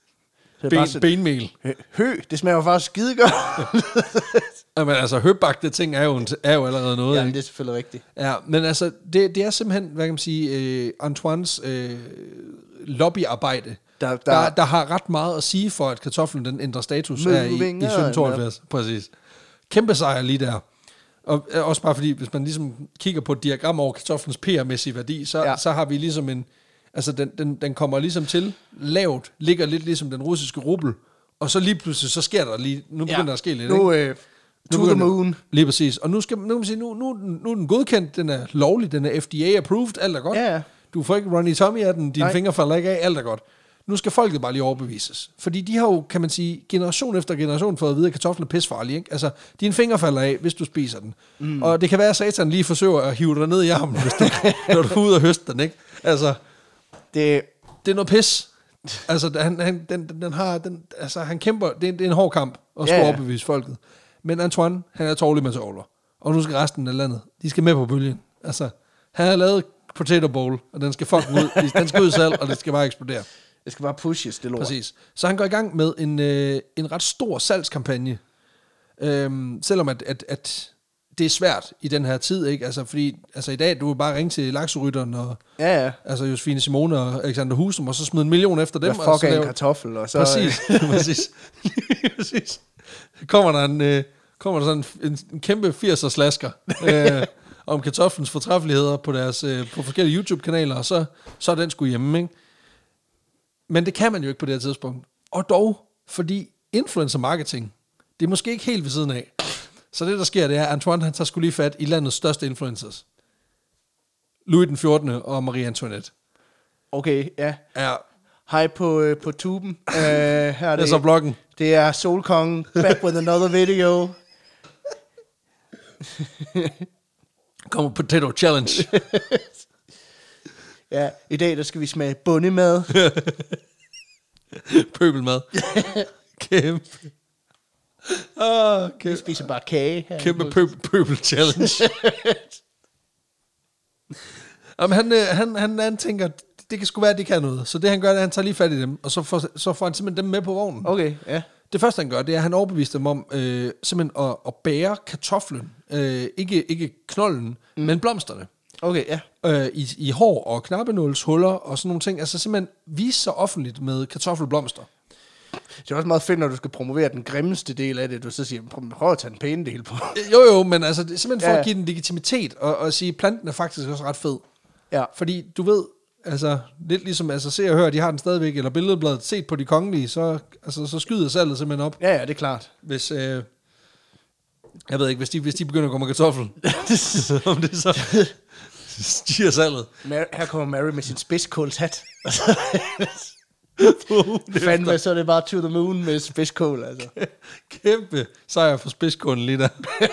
Benmel. Hø, det smager jo faktisk skidegodt. Jamen altså, høbagte ting er jo allerede noget. Ja, det er selvfølgelig rigtigt. Ja, men altså, det er simpelthen, hvad kan man sige, Antoines lobbyarbejde, der har ret meget at sige for, at kartoflen den ændrer status her i 1772. Præcis. Kæmpe sejr lige der. Og også bare fordi, hvis man ligesom kigger på et diagram over kartoflens PR-mæssige værdi, så har vi ligesom en... Altså, den kommer ligesom til lavt, ligger lidt ligesom den russiske rubel, og så lige pludselig, så sker der lige... Nu begynder der at ske lidt, ikke? To the moon. Lige præcis. Og nu er den godkendt, den er lovlig, den er FDA-approved, alt er godt. Ja. Du får ikke Ronnie Tommy af den, dine fingre falder ikke af, alt er godt. Nu skal folket bare lige overbevises. Fordi de har jo, kan man sige, generation efter generation fået at vide, at kartoflen er pisfarlige, ikke? Altså, dine fingre falder af, hvis du spiser den. Og det kan være, at satan lige forsøger at hive dig ned i armen, når du er ude og høste den, ikke? Altså, det er noget pis. Altså, han kæmper, det er en hård kamp at skulle overbevise folket. Men Antoine, han er tårlig med tåler. Og nu skal resten af landet, de skal med på bølgen. Altså, han har lavet potato bowl, og den skal fucking ud. Den skal ud i salg, og det skal bare eksplodere. Det skal bare pushes, det lort. Præcis. Så han går i gang med en ret stor salgskampagne. Selvom at det er svært i den her tid, ikke? Altså, fordi i dag, du vil bare ringe til lakserytteren og altså Josefine Simone og Alexander Husum, og så smide 1 million efter dem. Hvad fuck er en kartoffel? Og så, præcis. Kommer der sådan en kæmpe 80'er slasker om kartoflens fortræffeligheder på forskellige YouTube-kanaler, og så er den sgu hjemme, ikke? Men det kan man jo ikke på det her tidspunkt. Og dog, fordi influencer marketing, det er måske ikke helt ved siden af. Så det, der sker, det er, at Antoine, han tager sgu lige fat i landets største influencers. Louis den 14. og Marie Antoinette. Okay, ja. Hej på tuben. Her er det så bloggen. Det er Solkongen, back with another video. Kommer Potato Challenge. Ja, i dag der skal vi smage bundemad. Pøbelmad. Kæmpe. Vi spiser bare kage her. Kæmpe pøbel challenge. Jamen, han tænker, det kan sgu være, at det kan noget. Så det han gør, det er, at han tager lige fat i dem, og så får han simpelthen dem med på vognen. Okay, ja. Det første, han gør, det er, at han overbeviser dem om simpelthen at bære kartoflen. Ikke knolden, men blomsterne. Okay, ja. I hår og knappenålshuller og sådan nogle ting. Altså simpelthen vise sig offentligt med kartoffelblomster. Det er også meget fedt, når du skal promovere den grimmeste del af det. Du så siger, prøv at tage den pæne del på. Jo, men altså, det er simpelthen for at give den legitimitet og sige, at planten er faktisk også ret fed. Ja. Fordi du ved, altså lidt ligesom Se og Hør, de har den stadigvæk, eller Billedbladet set på de kongelige, så skyder salget simpelthen op. Ja, det er klart. Hvis, jeg ved ikke, hvis de begynder at gå med kartoffel, om det så stiger salget. Her kommer Mary med sin spidskålshat. Fandme, så er det bare to the moon med spidskål, altså. Kæmpe sejr for spidskålen lige der.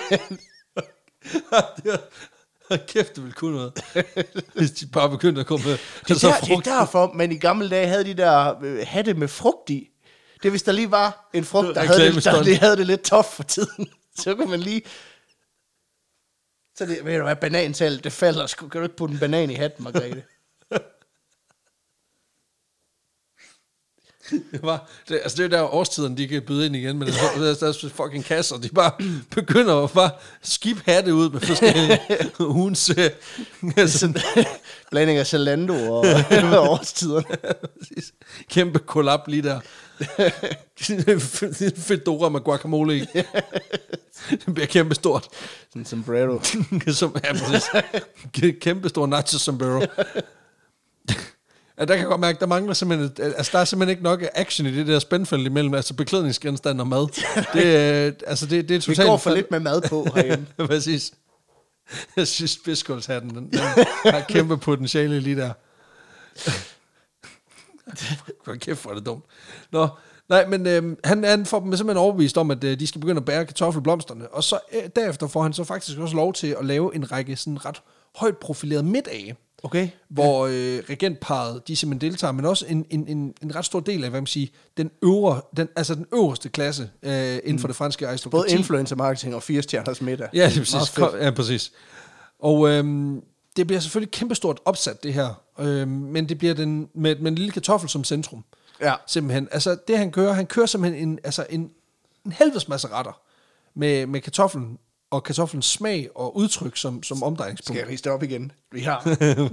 Kæft, det ville kunne noget. Hvis de bare begyndte at komme med det er derfor, men i gamle dage havde de der hatte med frugt i. Det hvis der lige var en frugt, der havde det lidt tough for tiden. Så kunne man lige... Så det, ved du hvad, banansalt, det falder sgu. Kan du ikke putte en banan i hatten, Margrethe? Det er der årstiden, de kan byde ind igen, men der er fucking kasser, de bare begynder at bare skibhatte ud med forskellige hunds... Blanding af Zalando og årstiderne. Kæmpe kollab lige der. Fedora med guacamole i. Det bliver kæmpe stort. Sådan en sombrero. Kæmpe stor nacho sombrero. Ja, der kan jeg godt mærke, der mangler simpelthen, altså der er simpelthen ikke nok action i det der spændfelt imellem, altså beklædningsgenstand og mad. Det er totalt... Vi går for lidt med mad på herhjemme. Præcis. Jeg synes, spidskuldshatten, den har kæmpe potentiale lige der. Hvor kæft, hvor er det dumt. Nå, nej, men han får dem simpelthen overbevist om, at de skal begynde at bære kartoffelblomsterne, og så derefter får han så faktisk også lov til at lave en række sådan ret højt profileret middage. Okay. Hvor regentparret, de simpelthen deltager, men også en ret stor del af, hvad man siger, den øverste klasse inden for det franske aristokrati. Både influencer marketing og 4-stjerners middag. Ja, det er præcis. Ja, præcis. Og det bliver selvfølgelig kæmpestort opsat, det her. Men det bliver med en lille kartoffel som centrum. Ja. Simpelthen. Altså, det han kører simpelthen en helvedes masse retter med kartoflen, og kartoflens smag og udtryk som omdrejningspunkt. Skal jeg riste op igen? Vi har.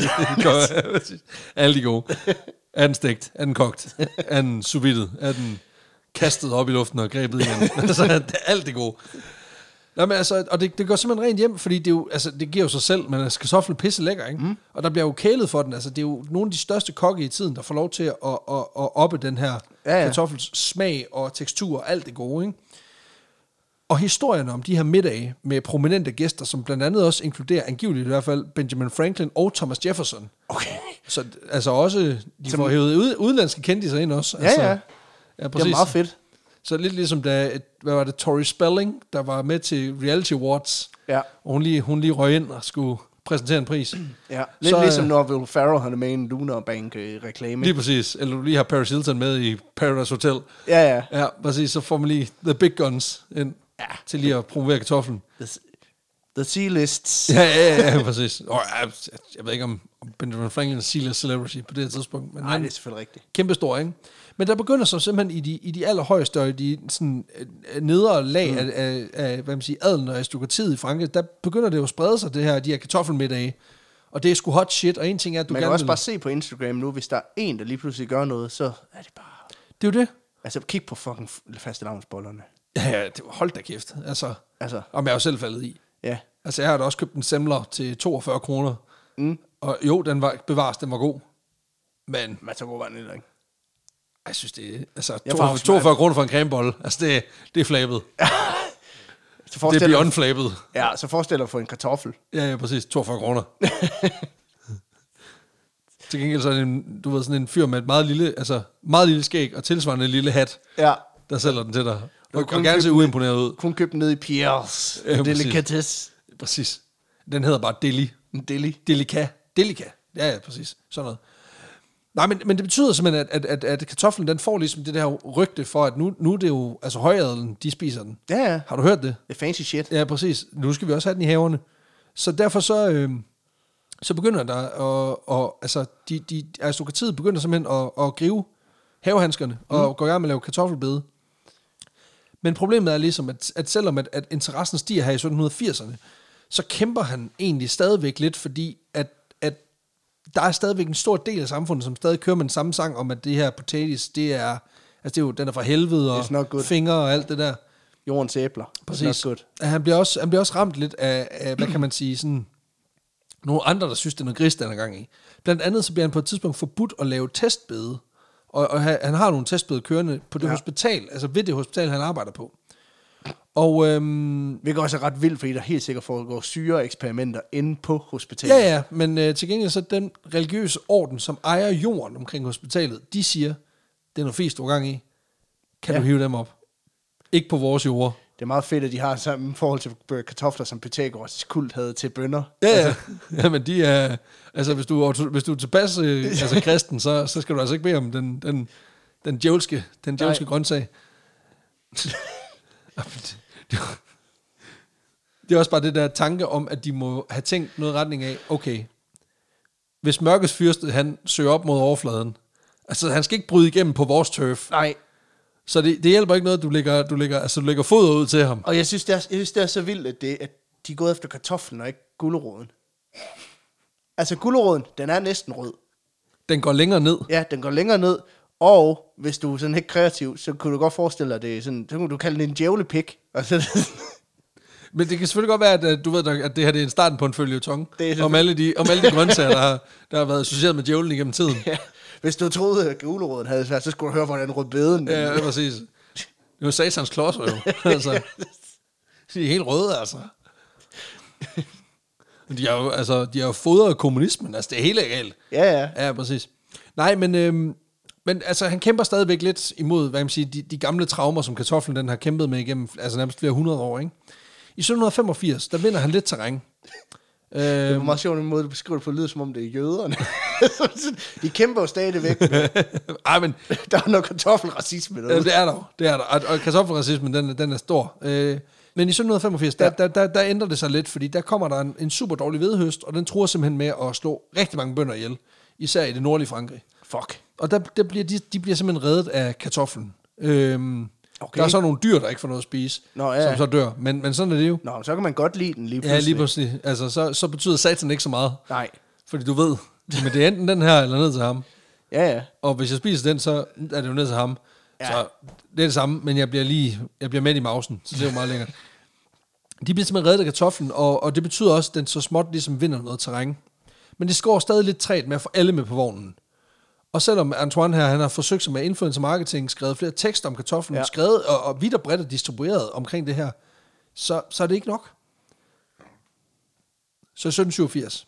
Alle de gode. Er den stegt? Er den kogt? Er den sous vide? Er den kastet op i luften og grebet igen? Altså, alt det gode. Nå, men altså, og det går simpelthen rent hjem, fordi det, er jo, altså, det giver jo sig selv, men kartoflen er pisse lækker, ikke? Mm. Og der bliver jo kælet for den. Altså, det er jo nogle af de største kokke i tiden, der får lov til at oppe den her kartoffels smag og tekstur og alt det gode, ikke? Og historierne om de her middage med prominente gæster, som blandt andet også inkluderer, angiveligt i hvert fald, Benjamin Franklin og Thomas Jefferson. Okay. Så altså også, de får hævet udenlandske kendiser ind også. Altså, ja, præcis. Det er meget fedt. Så lidt ligesom da, Tori Spelling, der var med til Reality Awards, ja. Og hun lige røg ind og skulle præsentere en pris. Ja, lidt så, ligesom når Will Ferrell han er med i en Lunar Bank reklame. Lige præcis. Eller du lige har Paris Hilton med i Paradise Hotel. Ja. Ja, præcis. Så får man lige the big guns ind. Ja, til lige at promovere kartoflen. The C-lists. Ja, præcis. Jeg ved ikke, om Benjamin Franklin er C-list celebrity på det her tidspunkt. Men nej, det er selvfølgelig rigtigt. Kæmpe stor, ikke? Men der begynder så simpelthen i de allerhøjeste og de sådan, nedre lag af hvad man siger, adelen og aristokratiet i Frankrig, der begynder det jo at sprede sig, de her kartoffelmiddage. Og det er sgu hot shit, og en ting er, at du man kan også bare se på Instagram nu, hvis der er en, der lige pludselig gør noget, så er det bare... Det er jo det. Altså, kig på fucking fastelavnsbollerne. Ja, hold da kæft. Altså. Om jeg er jo selv faldet i. Ja. Altså, jeg har da også købt en semler til 42 kroner. Mm. Og jo, den var god. Men så god var den ikke. Jeg synes, det er... Altså, 42 kroner for en cremebolle. Altså, det er flabet. Det er beyond flabet. Ja, så forestil dig at få en kartoffel. Ja, præcis. 42 kroner. Til gengæld så er det sådan en fyr med et meget lille skæg og tilsvarende lille hat, der sælger den til dig. Og gerne se uimponeret ud. Kun købt den ned i Pierre's. Delicatesse. Præcis. Den hedder bare Deli. Delica. Ja, præcis. Sådan noget. Nej, men det betyder simpelthen, at kartoflen, den får ligesom det der rygte for, at nu er det jo, altså højadelen, de spiser den. Ja. Har du hørt det? Det er fancy shit. Ja, præcis. Nu skal vi også have den i haverne. Så derfor så begynder der, altså de aristokratiet begynder simpelthen at gribe havehandskerne og gå i gang med at lave kartoffelbede. Men problemet er ligesom, at selvom at interessen stiger her i 1780'erne, så kæmper han egentlig stadigvæk lidt, fordi at der er stadigvæk en stor del af samfundet, som stadig kører med den samme sang om, at det her potatis, det er jo, den er fra helvede, og fingre og alt det der. Jordens æbler. Præcis. Han bliver også ramt lidt af, hvad kan man sige, sådan nogle andre, der synes, det er noget gris, den er gang i. Blandt andet så bliver han på et tidspunkt forbudt at lave testbede, og han har nogle testbede kørende på det hospital, altså ved det hospital, han arbejder på. Og hvilket også er ret vildt, fordi der helt sikkert foregår syreeksperimenter inde på hospitalet. Ja, men til gengæld så den religiøse orden, som ejer jorden omkring hospitalet, de siger, det er noget fisk, du er gang i. Kan du hive dem op? Ikke på vores jord. Det er meget fedt, at de har samme forhold til kartofler, som Pythagoras kult havde til bønner. Ja, men de er... Altså, hvis du er tilpas kristen, så skal du altså ikke bede om den djævelske grøntsag. Det er også bare det der tanke om, at de må have tænkt noget retning af, okay, hvis mørkets fyrste, han søger op mod overfladen, Altså, han skal ikke bryde igennem på vores turf. Nej. Så det hjælper ikke noget, du lægger foder ud til ham. Og jeg synes, det er så vildt, at de er gået efter kartoflen og ikke guleroden. Altså, guleroden, den er næsten rød. Den går længere ned. Ja, den går længere ned. Og hvis du er sådan helt kreativ, så kunne du godt forestille dig, det sådan, så kunne du kalde det en djævlepik. Men det kan selvfølgelig godt være, at du ved, at det her det er starten på en føljeton. Om alle de grøntsager, der har været associeret med djævlen igennem tiden. Ja. Hvis du troede, at guleroden havde svært, så skulle du høre, hvordan rødbeden... Ja, præcis. Det var satans klodser jo. Altså, de er helt røde, altså. De har jo fodret kommunismen. Altså, det er helt galt. Ja. Ja, præcis. Nej, men altså, han kæmper stadigvæk lidt imod, hvad man siger, de gamle traumer, som kartoflen den har kæmpet med igennem, altså nærmest flere 100 år, ikke? I 1785, der vinder han lidt terræn. Det var meget sjovt en måde, du beskriver det på, lyder som om det er jøderne. De kæmper jo stadigvæk. Ej, men der er noget kartoffelracisme derude. Det er der. Og kartoffelracismen, den er stor. Men i 1785, der ændrer det sig lidt, fordi der kommer der en super dårlig hvedehøst, og den truer simpelthen med at slå rigtig mange bønder ihjel, især i det nordlige Frankrig. Fuck. Og de bliver simpelthen reddet af kartoflen. Okay. Der er så nogle dyr, der ikke får noget at spise, som så dør. Men sådan er det jo. Nå, så kan man godt lide den lige pludselig. Ja, lige pludselig. Altså, så betyder satan ikke så meget. Nej. Fordi du ved, men det er enten den her, eller ned til ham. Ja. Og hvis jeg spiser den, så er det jo ned til ham. Ja. Så det er det samme, men jeg bliver med i mausen, så det er jo meget længere. De bliver simpelthen reddet af kartoflen, og det betyder også, at den så småt ligesom vinder noget terræn. Men det går stadig lidt træt med at få alle med på vognen. Og selvom Antoine her, han har forsøgt sig med influencer marketing, skrevet flere tekster om kartoflen, skrevet og vidt og bredt og distribueret omkring det her, så er det ikke nok. Så 1787.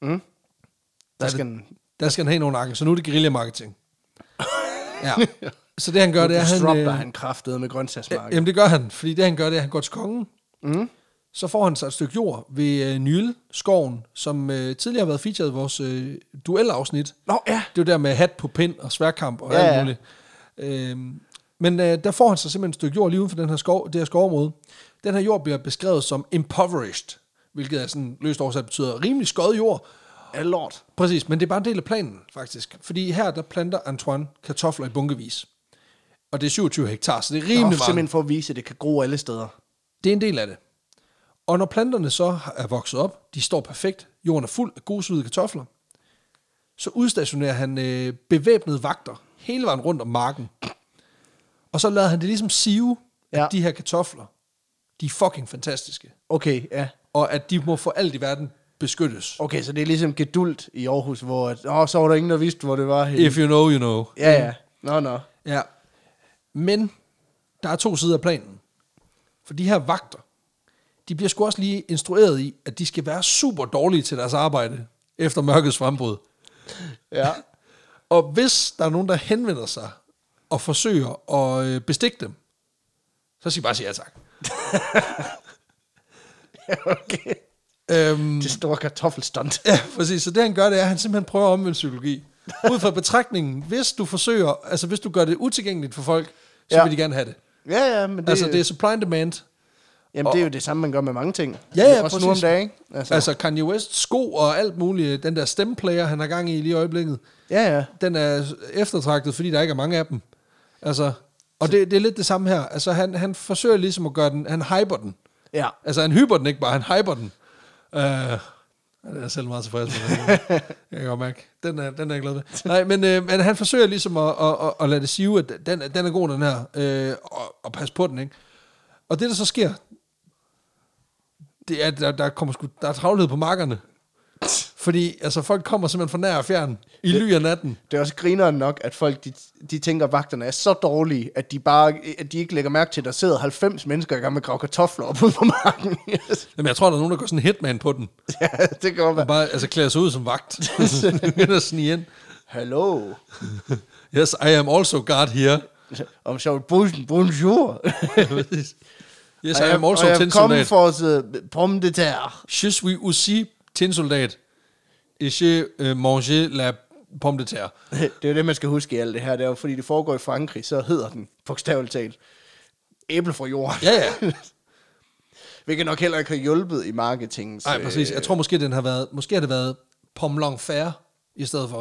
Der skal han have nogle nakken, så nu er det guerilla-marketing. Ja. Så det han gør, det er, han kraftede med grøntsagsmarkedet. Jamen det gør han, fordi det han gør, det er, han går til kongen. Så får han sig et stykke jord ved Nyle-skoven, som tidligere har været featuret i vores duelafsnit. Nå, ja. Det er jo der med hat på pind og sværkamp og alt muligt. Men der får han sig simpelthen et stykke jord lige uden for det her skovområde. Den her jord bliver beskrevet som impoverished, hvilket er sådan løst oversat betyder rimelig skød jord. Ja, lort. Præcis, men det er bare en del af planen, faktisk. Fordi her, der planter Antoine kartofler i bunkevis. Og det er 27 hektar, så det er rimelig meget. Simpelthen for at vise, at det kan gro alle steder. Det er en del af det. Og når planterne så er vokset op, de står perfekt, jorden er fuld af gode solide kartofler, så udstationerer han bevæbnede vagter hele vejen rundt om marken. Og så lader han det ligesom sive, at de her kartofler, de er fucking fantastiske. Okay, ja. Og at de må for alt i verden beskyttes. Okay, så det er ligesom Geduld i Aarhus, hvor så var der ingen, der vidste, hvor det var henne. If you know, you know. Ja. Nå. Ja. Men der er to sider af planen. For de her vagter, de bliver sgu også lige instrueret i, at de skal være super dårlige til deres arbejde efter mørkets frembrud. Ja. Og hvis der er nogen, der henvender sig og forsøger at bestikke dem, så skal I bare sige ja tak. Okay. Det store kartoffelstunt. Ja, præcis. Så det han gør, det er, at han simpelthen prøver omvendt psykologi. Ud fra betragtningen, hvis du gør det utilgængeligt for folk, så vil de gerne have det. Ja, men det... Altså, det er supply and demand. Jamen, det er jo det samme, man gør med mange ting. Ja, også nu om dagen, ikke? Altså Kanye West sko og alt muligt. Den der stemplayer, han har gang i lige i øjeblikket. Ja. Den er eftertragtet, fordi der ikke er mange af dem. Altså, og det er lidt det samme her. Altså, han forsøger ligesom at gøre den, han hyper den. Ja. Altså, han hyper den ikke bare, han hyper den. Det er selv meget tilfreds med. Jeg kan godt mærke. Den er jeg glad ved. Nej, men han forsøger ligesom at lade det sive, at den er god, den her. Og passe på den, ikke? Og det, der så sker, det er, at der er travlhed på markerne. Fordi altså, folk kommer simpelthen fra nær og fjern i ly af natten. Det er også grineren nok, at folk de tænker, at vagterne er så dårlige, at de ikke lægger mærke til, at der sidder 90 mennesker i gang med at grave kartofler op ude på marken. Jamen, jeg tror, der er nogen, der går sådan en hitman på den. Ja, det kan godt være. Bare klæder sig ud som vagt. Begynder at snige ind. Hello. Yes, I am also guard here. Om så bonjour. Yes, I am also tinsoldat. I have come for the pomme de terre. Je suis aussi tinsoldat. Et je manger la pomme de terre. Det er jo det, man skal huske i alt det her. Det er jo, fordi det foregår i Frankrig, så hedder den, bogstaveligt talt, æble fra jorden. Ja. Hvilket nok heller ikke har hjulpet i marketing. Nej, præcis. Jeg tror måske, har det været pomme l'enfer i stedet for.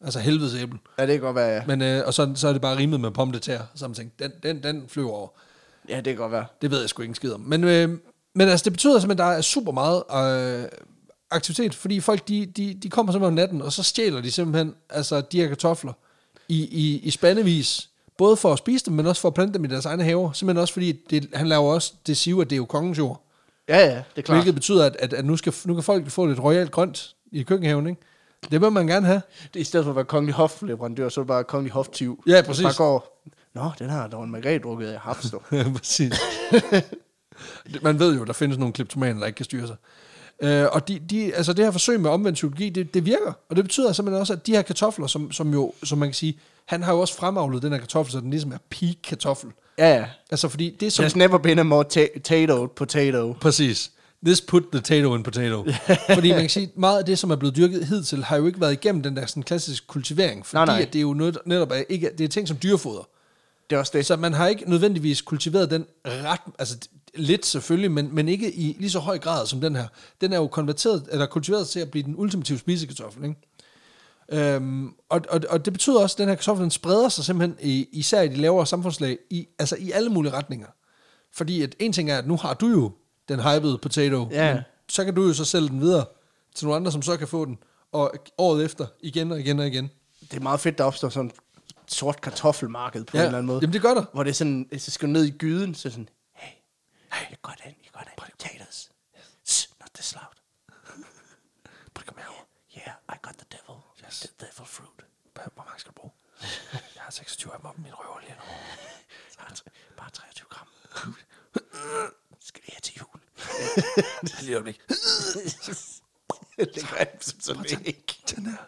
Altså helvedes æble. Ja, det kan godt være, ja. Men, og så er det bare rimet med pomme de terre. Så man tænkte, den flyver over. Ja, det kan godt være. Det ved jeg sgu ikke en skid om. Men altså, det betyder simpelthen, at der er super meget aktivitet, fordi folk, de kommer simpelthen om natten, og så stjæler de simpelthen altså, de her kartofler i spandevis, både for at spise dem, men også for at plante dem i deres egne haver. Simpelthen også fordi, han laver også det sive, at det er jo kongens jord. Ja, det er klart. Hvilket betyder, at nu kan folk få lidt royalt grønt i køkkenhaven, ikke? Det må man gerne have. Det er i stedet for at være kongelig hofleverandør, så er det bare kongelig hoftyv. Ja, præcis. Bare går, nå, den her, der var en Margrethe drukket af haps, dog. Ja, præcis. Man ved jo, der findes nogle kleptomaner, der ikke kan styre sig. Og altså det her forsøg med omvendt psykologi, det virker. Og det betyder simpelthen også, at de her kartofler, som man kan sige, han har jo også fremavlet den her kartoffel, så den ligesom er peak kartoffel. Ja. Altså fordi det som... There's never been a more potato. Præcis. This put the potato in potato. Fordi man kan sige, meget af det, som er blevet dyrket hidtil, har jo ikke været igennem den der sådan klassiske kultivering. Fordi Nej. At det er jo netop ikke, det er ting som dyrefoder. Det er også det. Så man har ikke nødvendigvis kultiveret den ret, altså lidt selvfølgelig, men ikke i lige så høj grad som den her. Den er jo kultiveret til at blive den ultimative spisekartoffel, ikke? Og det betyder også, at den her kartoffel, den spreder sig simpelthen især i de lavere samfundslag, i alle mulige retninger. Fordi at en ting er, at nu har du jo den hypede potato, men så kan du jo så sælge den videre til nogle andre, som så kan få den, og året efter, igen og igen og igen. Det er meget fedt, der opstår sådan et sort kartoffelmarked på en eller anden måde. Jamen det gør der. Hvor det er sådan, så skal du ned i gyden, så sådan, hey, you got any potatoes? Yes. Not this loud. Come here. Yeah, I got the devil. Yes. The devil fruit. Hvor mange skal du bruge? Jeg har 26 af dem op i min røver lige nu. Bare 23 gram. Skal vi have til jul? Det er lige øjeblik. Det gør jeg sådan ikke. Den her.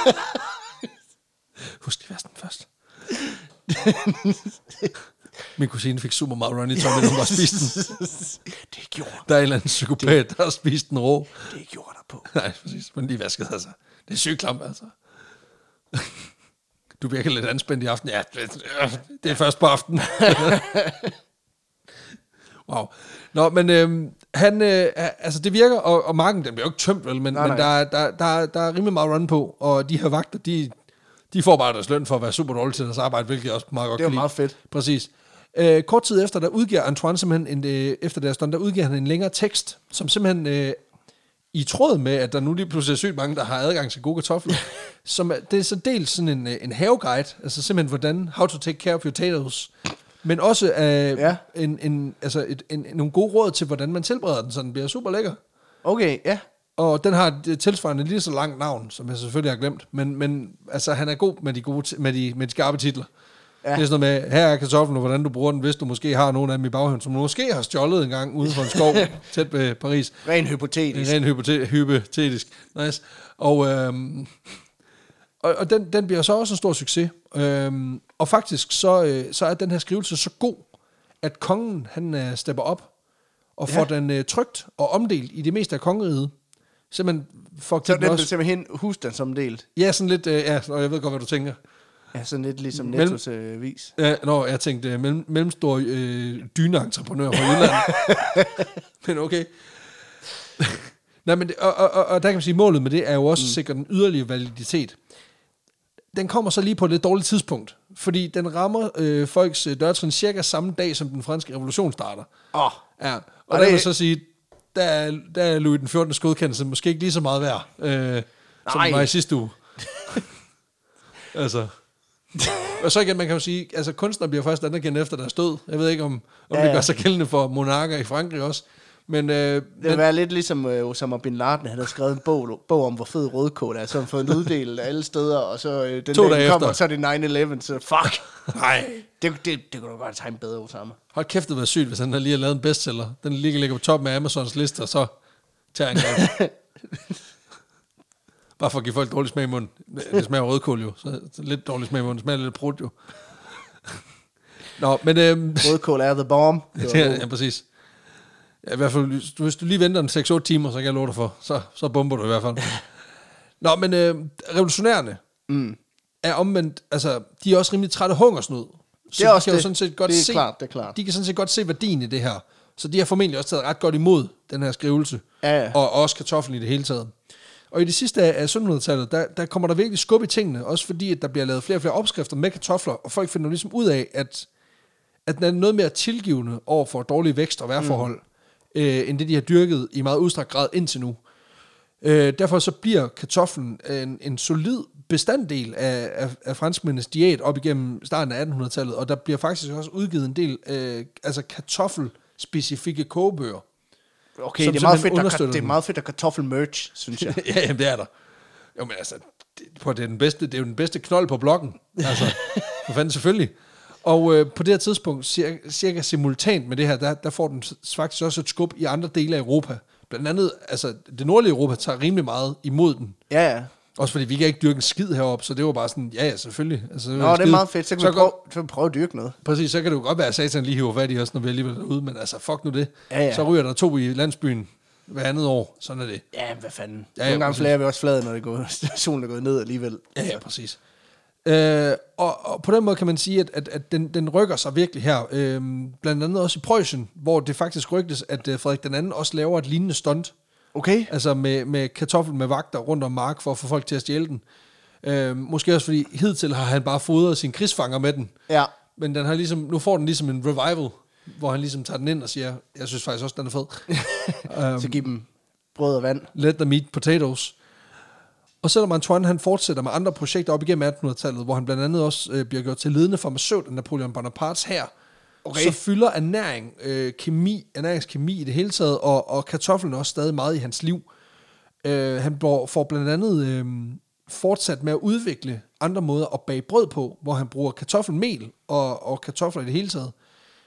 Husk lige værsten først. Min kusine fik super meget Ronny Tommy, når hun bare spiste den. Det gjorde. Der er en eller anden psykopat, der har spist den rå. Det gjorde der på. Nej, præcis. Men lige vasket, altså. Det er sygt klamt, altså. Du virker lidt anspændt i aften. Ja, det er først på aftenen. Wow. Nå, men altså det virker, og marken, den bliver jo ikke tømt, vel, men der er rimelig meget run på, og de her vagter, de får bare deres løn for at være super dårlige til deres arbejde, hvilket jeg også meget godt kan lide. Det er meget fedt. Præcis. Kort tid efter, der udgiver Antoine simpelthen, efter deres stund, der udgiver han en længere tekst, som simpelthen i tråd med, at der nu lige pludselig er sygt mange, der har adgang til gode kartofler, det er så dels sådan en haveguide, altså simpelthen hvordan, how to take care of your potatoes, men også nogle gode råd til, hvordan man tilbereder den, så den bliver super lækker. Okay, ja. Og den har et tilsvarende lige så langt navn, som jeg selvfølgelig har glemt, men altså han er god med de skarpe titler. Ja. Det er sådan noget med, her er kartoflen, og hvordan du bruger den, hvis du måske har nogen af dem i baghaven, som du måske har stjålet en gang ude for en skov tæt ved Paris. Ren hypotetisk. Hypotetisk. Nice. Og den bliver så også en stor succes. Og faktisk så er den her skrivelse så god, at kongen han stepper op og får den trykt og omdelt i det meste af kongeriget. Simpelthen for så den også simpelthen husstandsomdelt. Ja, sådan lidt, og jeg ved godt, hvad du tænker. Ja, sådan lidt ligesom Nettos vis. Ja, jeg tænkte mellemstor dyneentreprenør fra Jylland. Men okay. Nej, men og der kan man sige, målet med det er jo også at sikre den yderligere validitet. Den kommer så lige på et lidt dårligt tidspunkt, fordi den rammer folks dørtrin cirka samme dag, som den franske revolution starter. Ja, og der vil så sige, der er Louis den 14. godkendelse måske ikke lige så meget værd, som den var i sidste uge. Altså. Og så igen, man kan jo sige, altså kunstnere bliver først anerkendt efter deres død. Jeg ved ikke, om det gør sig gældende for monarker i Frankrig også. Men, det vil være lidt ligesom Osama Bin Laden, han havde skrevet en bog om, hvor fed rødkål er, så han fået en uddel alle steder, og så den dag kommer, så er det 9/11, så fuck. Nej. Det kunne du godt tegne bedre, Osama. Hold kæft, det var sygt, hvis han havde lige har lavet en bestseller. Den ligger på toppen af Amazons liste, og så tager han godt. Bare for at give folk dårlig smag i munden. Det smager rødkål jo, så lidt dårlig smag i munden. Det smager lidt brudt jo. Nå, men rødkål er the bomb. Ja, præcis. Ja, i hvert fald, hvis du lige venter en 6-8 timer, så kan jeg love dig for. Så bomber du i hvert fald. Nå, men revolutionærerne er omvendt, altså, de er også rimelig trætte af hungersnød. Så det er også de kan jo sådan set godt se, klart, det er klart. De kan sådan set godt se værdien i det her. Så de har formentlig også taget ret godt imod den her skrivelse. Ja. Og også kartoflen i det hele taget. Og i det sidste af 1700-tallet, der kommer der virkelig skub i tingene, også fordi, at der bliver lavet flere og flere opskrifter med kartofler, og folk finder ligesom ud af, at den er noget mere tilgivende over for dårlige vækst- og vejrforhold, end det, de har dyrket i meget udstrakt grad indtil nu. Derfor så bliver kartoflen en solid bestanddel af franskmændenes diæt op igennem starten af 1800-tallet, og der bliver faktisk også udgivet en del kartoffelspecifikke kogebøger. Okay, det er meget fedt at kartoffelmerch, synes jeg. Ja, jamen, det er der. Jo, men altså, det er jo den bedste knold på bloggen. Altså, for fanden selvfølgelig. Og på det her tidspunkt, cirka simultant med det her, der får den faktisk også et skub i andre dele af Europa. Blandt andet, altså, det nordlige Europa tager rimelig meget imod den. Ja. Også fordi vi kan ikke dyrke en skid heroppe, så det var bare sådan, ja, selvfølgelig. Altså, det er meget fedt, så kan vi prøve at dyrke noget. Præcis, så kan det jo godt være, at satan lige hiver fat i os, når vi alligevel er ude, men altså, fuck nu det. Ja. Så ryger der 2 i landsbyen hver andet år, sådan er det. Ja, hvad fanden. Nogle gange flager vi også flade, når solen er gået ned alligevel. Ja, præcis. Og på den måde kan man sige, at den rykker sig virkelig her. Blandt andet også i Preussen, hvor det faktisk rygtes, at Frederik den anden også laver et lignende stunt. Okay. Altså med kartoffel med vagter rundt om mark for at få folk til at stjæle den. Måske også fordi hidtil har han bare fodret sine krigsfanger med den. Ja. Men den har ligesom, nu får den ligesom en revival, hvor han ligesom tager den ind og siger, jeg synes faktisk også, den er fed. Så giv dem brød og vand. Let them eat potatoes. Og selvom Antoine han fortsætter med andre projekter op igennem 1800-tallet, hvor han blandt andet også bliver gjort til ledende farmaceut af Napoleon Bonapartes hær, så fylder ernæringskemi i det hele taget, og kartoflen også stadig meget i hans liv. Han får blandt andet fortsat med at udvikle andre måder at bage brød på, hvor han bruger kartoffelmel og kartofler i det hele taget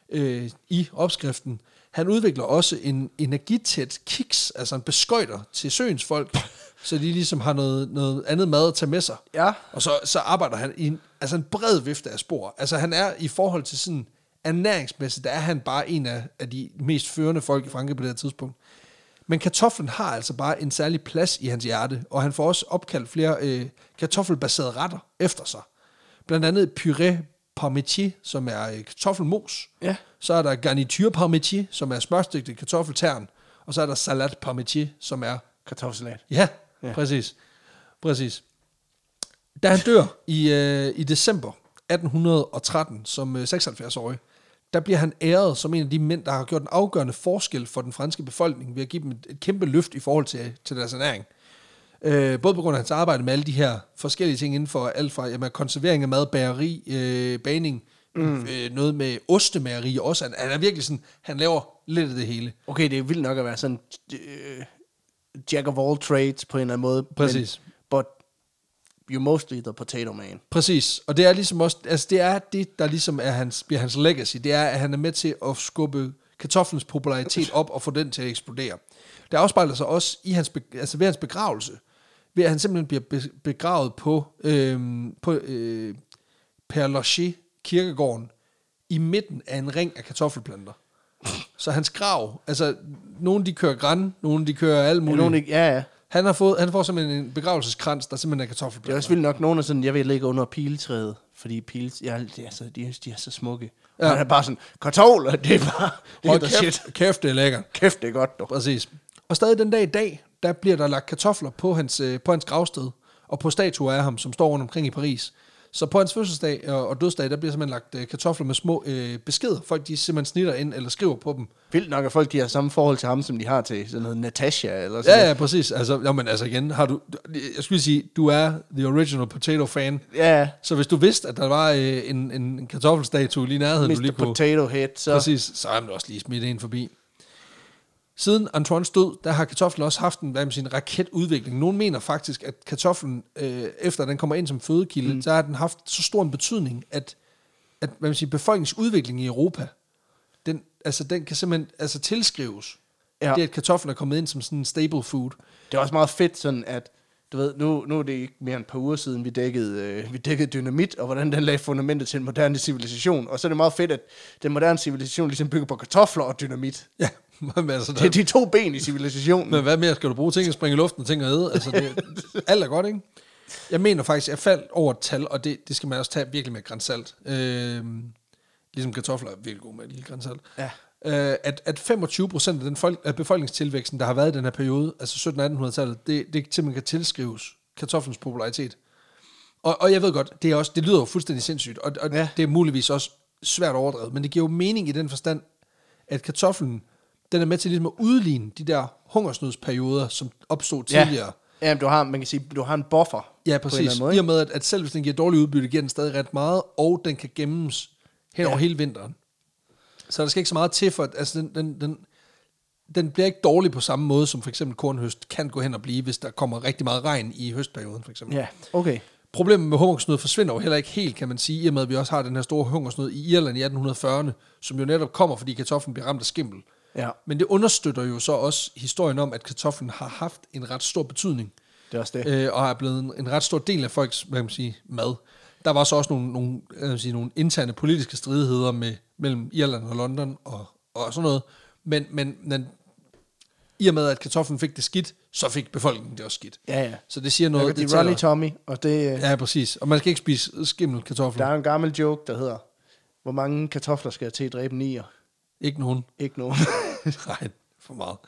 i opskriften. Han udvikler også en energitæt kiks, altså en beskøjter til søens folk, så de ligesom har noget andet mad at tage med sig. Ja. Og så arbejder han i en bred vifte af spor. Altså han er i forhold til sådan ernæringsmæssigt, der er han bare en af de mest førende folk i Frankrig på det her tidspunkt. Men kartoflen har altså bare en særlig plads i hans hjerte, og han får også opkaldt flere kartoffelbaserede retter efter sig. Blandt andet puré parmentier, som er kartoffelmos. Ja. Så er der garniture parmentier, som er smørstegte kartoffeltern. Og så er der salat parmentier, som er kartoffelsalat. Ja, præcis. Da han dør i december 1813 som 76-årig, der bliver han æret som en af de mænd, der har gjort en afgørende forskel for den franske befolkning ved at give dem et kæmpe løft i forhold til deres ernæring. Både på grund af hans arbejde med alle de her forskellige ting inden for alt fra konservering af mad, bageri, bagning, noget med ostemageri også. Han er virkelig sådan, han laver lidt af det hele. Okay, det er vildt nok at være sådan jack of all trades på en eller anden måde. Præcis. But you're mostly the potato man. Præcis, og det er ligesom også, altså det er det, der ligesom bliver hans legacy, det er, at han er med til at skubbe kartoflens popularitet op og få den til at eksplodere. Det afspejler sig også i ved hans begravelse, ved at han simpelthen bliver begravet på Père Lachaise kirkegården i midten af en ring af kartoffelplanter. Så hans grav, altså nogle de kører græn, nogle de kører alt muligt. Ja. Han får simpelthen en begravelseskrans, der simpelthen er kartoffelplanter. Det er også vildt nok nogen, sådan, jeg vil ligge under piletræet, fordi de er så smukke. Ja. Og han er bare sådan, kartofler, det er bare... Kæft, det er lækker. Kæft, det er godt, dog. Præcis. Og stadig den dag i dag, der bliver der lagt kartofler på hans gravsted, og på statuer af ham, som står rundt omkring i Paris. Så på hans fødselsdag og dødsdag, der bliver simpelthen lagt kartofler med små beskeder. Folk, de simpelthen snitter ind eller skriver på dem. Vildt nok, at folk, de har samme forhold til ham, som de har til sådan noget Natasha, eller sådan Ja, præcis. Altså igen, jeg skulle sige, du er the original potato fan. Ja. Så hvis du vidste, at der var en kartoffelstatue lige i nærheden, du lige kunne... Potato Head, så... Præcis, så er man også lige smidt en forbi. Siden Antoines død, der har kartoflen også haft en raketudvikling. Nogle mener faktisk, at kartoflen, efter den kommer ind som fødekilde, så har den haft så stor en betydning, at befolkningsudviklingen i Europa, den kan simpelthen tilskrives. Ja. Det, at kartoflen er kommet ind som sådan en staple food. Det er også meget fedt sådan, at du ved, nu er det ikke mere end et par uger siden, vi dækkede dynamit, og hvordan den lagde fundamentet til en moderne civilisation. Og så er det meget fedt, at den moderne civilisation ligesom bygger på kartofler og dynamit. Ja. Det er de 2 ben i civilisationen. Men hvad mere skal du bruge? Ting at springe i luften og ting at æde? Alt er godt, ikke? Jeg mener faktisk, jeg faldt over et tal, og det skal man også tage virkelig med grænsalt. Ligesom kartofler er virkelig gode med et lille grænsalt. Ja. at 25% af den af befolkningstilvæksten, der har været i den her periode, altså 1700-1800-tallet, det simpelthen kan tilskrives kartoflens popularitet. Og jeg ved godt, det lyder jo fuldstændig sindssygt, og det er muligvis også svært overdrevet, men det giver jo mening i den forstand, at kartoflen, den er med til ligesom at udligne de der hungersnødsperioder, som opstod tidligere. Ja, man kan sige, du har en buffer. Ja, præcis. I og med, at selv hvis den giver dårlig udbytte, giver den stadig ret meget, og den kan gemmes hen over hele vinteren. Så der skal ikke så meget til for, at altså, den bliver ikke dårlig på samme måde, som for eksempel kornhøst kan gå hen og blive, hvis der kommer rigtig meget regn i høstperioden, for eksempel. Ja, okay. Problemet med hungersnød forsvinder jo heller ikke helt, kan man sige, i og med, at vi også har den her store hungersnød i Irland i 1840'erne, som jo netop kommer, fordi kartoflen bliver ramt af skimmel. Ja. Men det understøtter jo så også historien om, at kartoflen har haft en ret stor betydning. Det er også det. Og er blevet en ret stor del af folks, hvad kan man sige, mad. Der var så også nogle interne politiske stridigheder mellem Irland og London og sådan noget. Men i og med, at kartoflen fik det skidt, så fik befolkningen det også skidt. Ja. Så det siger noget. Det er Ronnie Tommy, og det... Ja, præcis. Og man skal ikke spise skimmelkartofler. Der er en gammel joke, der hedder, hvor mange kartofler skal jeg til at dræbe en nier? Ikke nogen. Ikke nogen. Nej, for meget.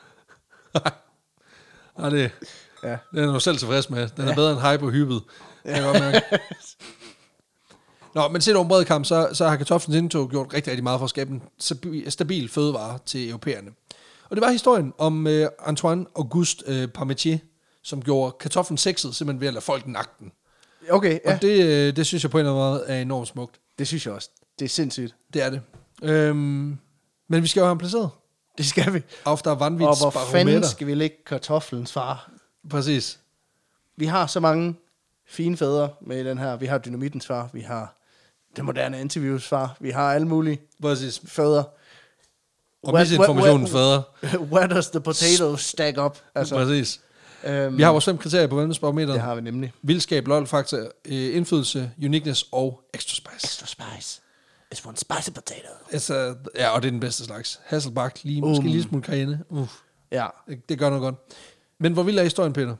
Nej, det den er du selv tilfreds med. Den er bedre end hype og hyppet. Det kan jeg godt mærke. Nå, men set over en bred kamp, så har kartoflens indtog gjort rigtig, rigtig meget for at skabe en stabil fødevare til europæerne. Og det var historien om Antoine Auguste Parmentier, som gjorde kartoflen sexet, simpelthen ved at lade folk nakke den. Okay, ja. Og det synes jeg på en eller anden måde er enormt smukt. Det synes jeg også. Det er sindssygt. Det er det. Men vi skal jo have ham placeret. Det skal vi. Efter vanvittigt og hvor fanden skal vi lægge kartoflens far? Præcis. Vi har så mange fine fædre med i den her. Vi har dynamittens far, vi har det moderne interviews far, vi har alle mulige fædre. Og misinformationens fædre. Where does the potatoes stack up? Altså, præcis. Vi har vores 5 kriterier på Wellness-barometeret. Det har vi nemlig. Vildskab, lol-faktor, indflydelse, uniqueness og extra spice. Extra spice. It's one spicy potato. Ja, og det er den bedste slags. Hasselbak, måske lige smule cayenne. Ja. Det gør noget godt. Men hvor vild er historien, Peter?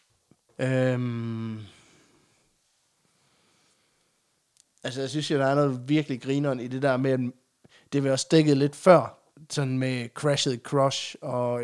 Altså, jeg synes jo, der er noget virkelig grineren i det der med, det vi også dækket lidt før, sådan med Crashed Crush og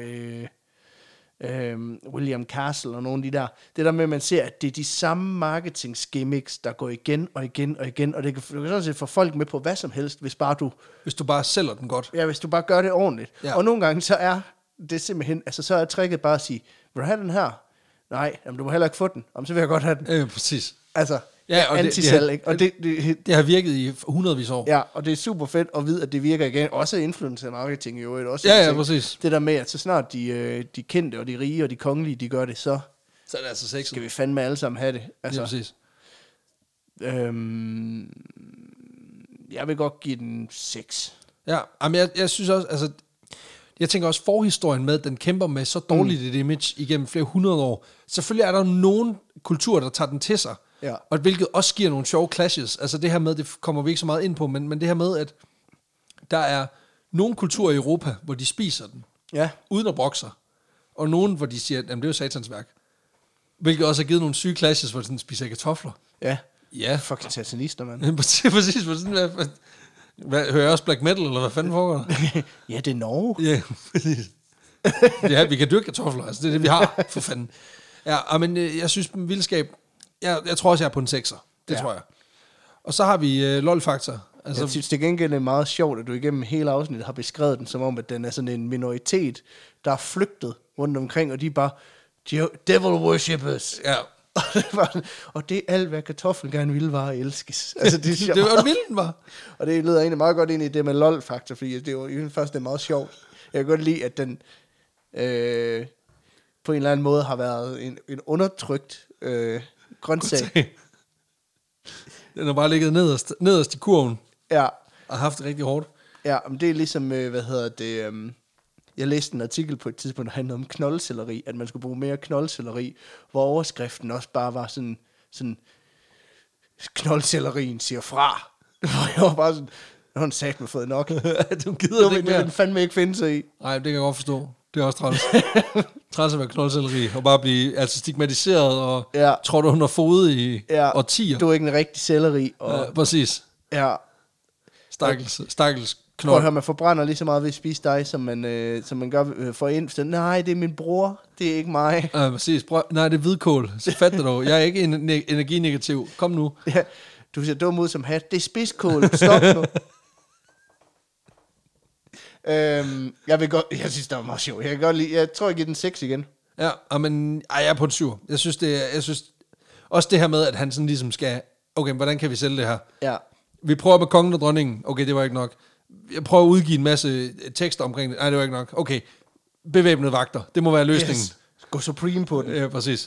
William Castle og nogle af de der. Det der med, at man ser, at det er de samme marketing-gimmicks, der går igen og igen og igen, og det kan sådan set få folk med på hvad som helst, hvis du bare sælger den godt. Ja, hvis du bare gør det ordentligt. Ja. Og nogle gange, så er det simpelthen, altså så er tricket bare at sige, vil du have den her? Nej, jamen, du må heller ikke få den. Jamen, så vil jeg godt have den. Ja, præcis. Altså, ja, og anti-sell, ikke? Og det har virket i hundredvis år. Ja, og det er super fedt at vide, at det virker igen. Også influencer marketing jo. Også ja, præcis. Det der med, at så snart de kendte og de rige og de kongelige, de gør det, så er det altså sexet. Skal vi fandme alle sammen have det. Altså, ja, præcis. Jeg vil godt give den 6. Ja, men jeg synes også, altså, jeg tænker også forhistorien med, at den kæmper med så dårligt et image igennem flere hundrede år. Selvfølgelig er der nogen kulturer, der tager den til sig. Ja. Og hvilket også giver nogle sjove clashes. Altså det her med, det kommer vi ikke så meget ind på, men det her med, at der er nogle kulturer i Europa, hvor de spiser den, uden at brokke sig. Og nogen, hvor de siger, at det er jo satans værk. Hvilket også har givet nogle syge clashes, hvor de sådan spiser kartofler. Ja. Fucking satanister, mand. Præcis. Hører jeg også black metal, eller hvad fanden foregår der? Ja, det er Norge. Ja, præcis. Ja, vi kan dyrke kartofler, altså det er det, vi har, for fanden. Ja, men jeg synes, vildskab, jeg tror også, jeg er på en 6'er. Det tror jeg. Og så har vi lol-faktor. Altså, jeg synes til gengæld, det er meget sjovt, at du igennem hele afsnittet har beskrevet den, som om, at den er sådan en minoritet, der er flygtet rundt omkring, og de er bare devil worshippers. Ja. Og det er alt, hvad kartoflen gerne ville, var at elskes. Altså, det var vildt, var. Og det leder egentlig meget godt ind i det med lol-faktor, fordi det er jo først det er meget sjovt. Jeg kan godt lide, at den på en eller anden måde har været en undertrykt grøntsag. Den har bare ligget nederst i kurven. Ja. Og haft det rigtig hårdt. Ja, men det er ligesom, jeg læste en artikel på et tidspunkt, der handlede om knoldselleri, at man skulle bruge mere knoldselleri, hvor overskriften også bare var sådan knoldsellerien siger fra. Hvor jeg var bare sådan, nu har han sagt mig fået nok. Du gider det ikke mere. Det vil fandme ikke finde sig i. Nej, det kan jeg godt forstå. Det er også træls. Træls at være knoldselleri, og bare blive altså stigmatiseret, og trådt under fod i årtier. Du er ikke en rigtig selleri. Og præcis. Ja. Stakkels Prøv at høre, man forbrænder lige så meget ved at spise dig, som man gør for ind. Nej, det er min bror, det er ikke mig. Præcis. Nej, det er hvidkål. Så fat det dog. Jeg er ikke energinegativ. Kom nu. Ja, du ser dum ud som hat. Det er spidskål. Stop nu. Jeg synes, det var meget sjovt. Jeg tror, jeg giver den 6 igen. Ja, men jeg er på en 7. Jeg synes, også det her med, at han sådan ligesom skal, okay, hvordan kan vi sælge det her? Ja. Vi prøver med kongen og dronningen. Okay, det var ikke nok. Jeg prøver at udgive en masse tekster omkring det. Nej, det var ikke nok. Okay, bevæbnede vagter. Det må være løsningen. Yes. Gå Supreme på den. Ja, præcis.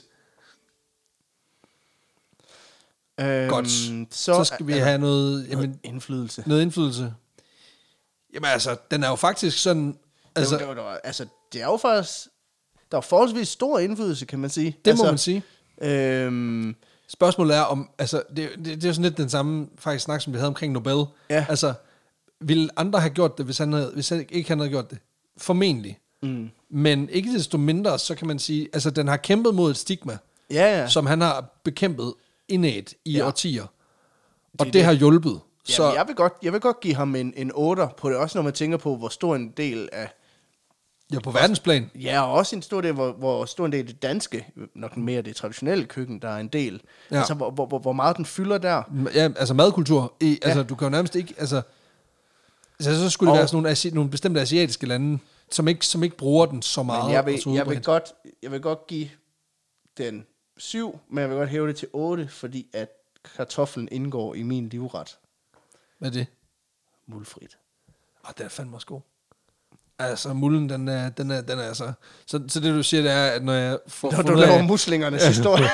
Godt. Så skal vi have noget indflydelse. Noget indflydelse. Jamen altså, den er jo faktisk sådan... Altså, det er jo faktisk... Der er forholdsvis stor indflydelse, kan man sige. Det må man sige. Spørgsmålet er om... Altså, det er sådan lidt den samme faktisk snak, som vi havde omkring Nobel. Ja. Altså, ville andre have gjort det, hvis han ikke havde gjort det? Formentlig. Men ikke desto mindre, så kan man sige... Altså, den har kæmpet mod et stigma, som han har bekæmpet indædt i årtier. Og det har hjulpet. Så jeg vil godt give ham en 8 på det, også når man tænker på, hvor stor en del af... Ja, på verdensplan. Ja, og også en stor del, hvor stor en del af det danske, nok mere det traditionelle køkken, der er en del. Ja. Altså, hvor meget den fylder der. Ja, altså madkultur. Altså, du kan jo nærmest ikke... Altså så skulle det være sådan nogle bestemte asiatiske lande, som ikke bruger den så meget. Jeg vil godt give den 7, men jeg vil godt hæve det til 8, fordi at kartoflen indgår i min livret. Hvad er det? Muldfrit. Den er fandme også god. Altså, mulden, den er altså... Så det, du siger, det er, at når jeg får... Når du laver muslingernes historie.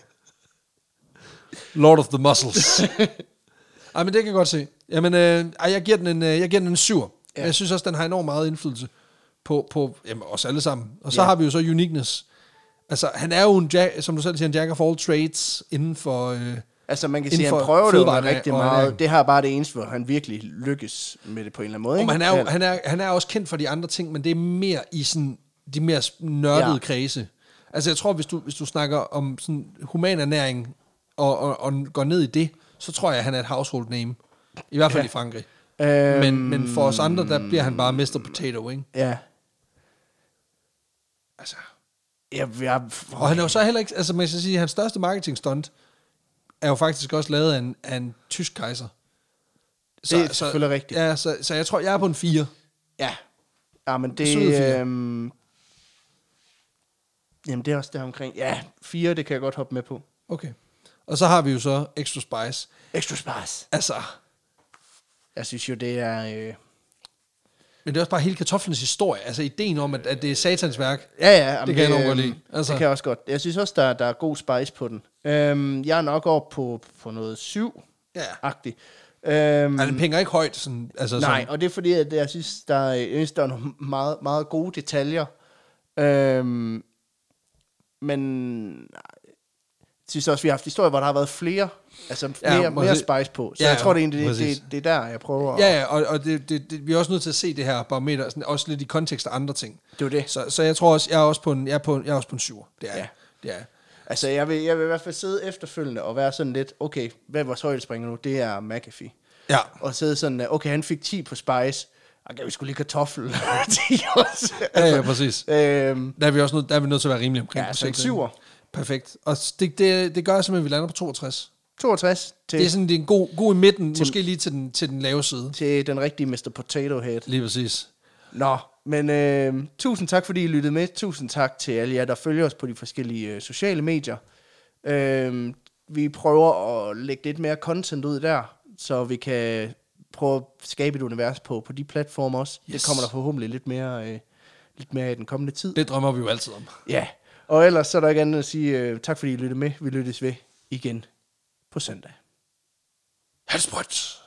Lord of the Muscles. Ej, men det kan jeg godt se. Jamen, jeg giver den en 7. Ja. Jeg synes også, den har enormt meget indflydelse på os alle sammen. Og så har vi jo så uniqueness. Altså, han er jo som du selv siger, en jack of all trades inden for... Altså man kan sige, at han prøver det jo rigtig meget. Det her er bare det eneste, hvor han virkelig lykkes med det på en eller anden måde. Ikke? Han er også kendt for de andre ting, men det er mere i sådan de mere nørdede kredse. Altså jeg tror, hvis du snakker om sådan human ernæring og går ned i det, så tror jeg, at han er et household name. I hvert fald i Frankrig. Men for os andre, der bliver han bare Mr. Potato, ikke? Ja. Altså... Og han er jo så heller ikke... Altså man skal sige, at hans største marketing stunt er jo faktisk også lavet af en tysk kejser. Det er selvfølgelig rigtigt. Ja, så jeg tror, jeg er på en 4. Ja, men det... jamen, det er også der omkring... Ja, 4, det kan jeg godt hoppe med på. Okay. Og så har vi jo så Extra Spice. Extra Spice. Altså... Jeg synes jo, det er... Men det er også bare hele kartoflens historie. Altså ideen om, at det er satans værk. Ja. Det kan jeg nok godt lide. Altså. Det kan jeg også godt. Jeg synes også, der er god spice på den. Jeg er nok over på noget 7-agtigt. Den pænger ikke højt. Sådan, altså, nej, og det er fordi, at jeg synes, der er nogle meget, meget gode detaljer. Men jeg synes også, vi har haft historier, hvor der har været flere, altså mere spice på. Så jeg tror, det er egentlig det er der, jeg prøver. Ja, og vi er også nødt til at se det her barometer, sådan, også lidt i kontekst af andre ting. Det er det. Så jeg tror også, jeg er også på en 7. Det er. Altså, jeg vil i hvert fald sidde efterfølgende og være sådan lidt, okay, hvad er vores højdespringer nu? Det er McAfee. Ja. Og sidde sådan, okay, han fik 10 på spice. Okay, vi skulle lige kartoffel. Ja, præcis. Der er vi også nødt til at være rimelig omkring. Ja, så en 7'er. Perfekt. Og det gør simpelthen, at vi lander på 62. 62. Det er sådan, det er en god i midten, måske lige til den lave side. Til den rigtige Mr. Potato Head. Lige præcis. Nå, men tusind tak, fordi I lyttede med. Tusind tak til alle jer, der følger os på de forskellige sociale medier. Vi prøver at lægge lidt mere content ud der, så vi kan prøve at skabe et univers på de platforme også. Yes. Det kommer der forhåbentlig lidt mere i den kommende tid. Det drømmer vi jo altid om. Ja, og ellers så er der ikke andet at sige tak, fordi I lyttede med. Vi lyttes ved igen på søndag. Ha' det sprødt!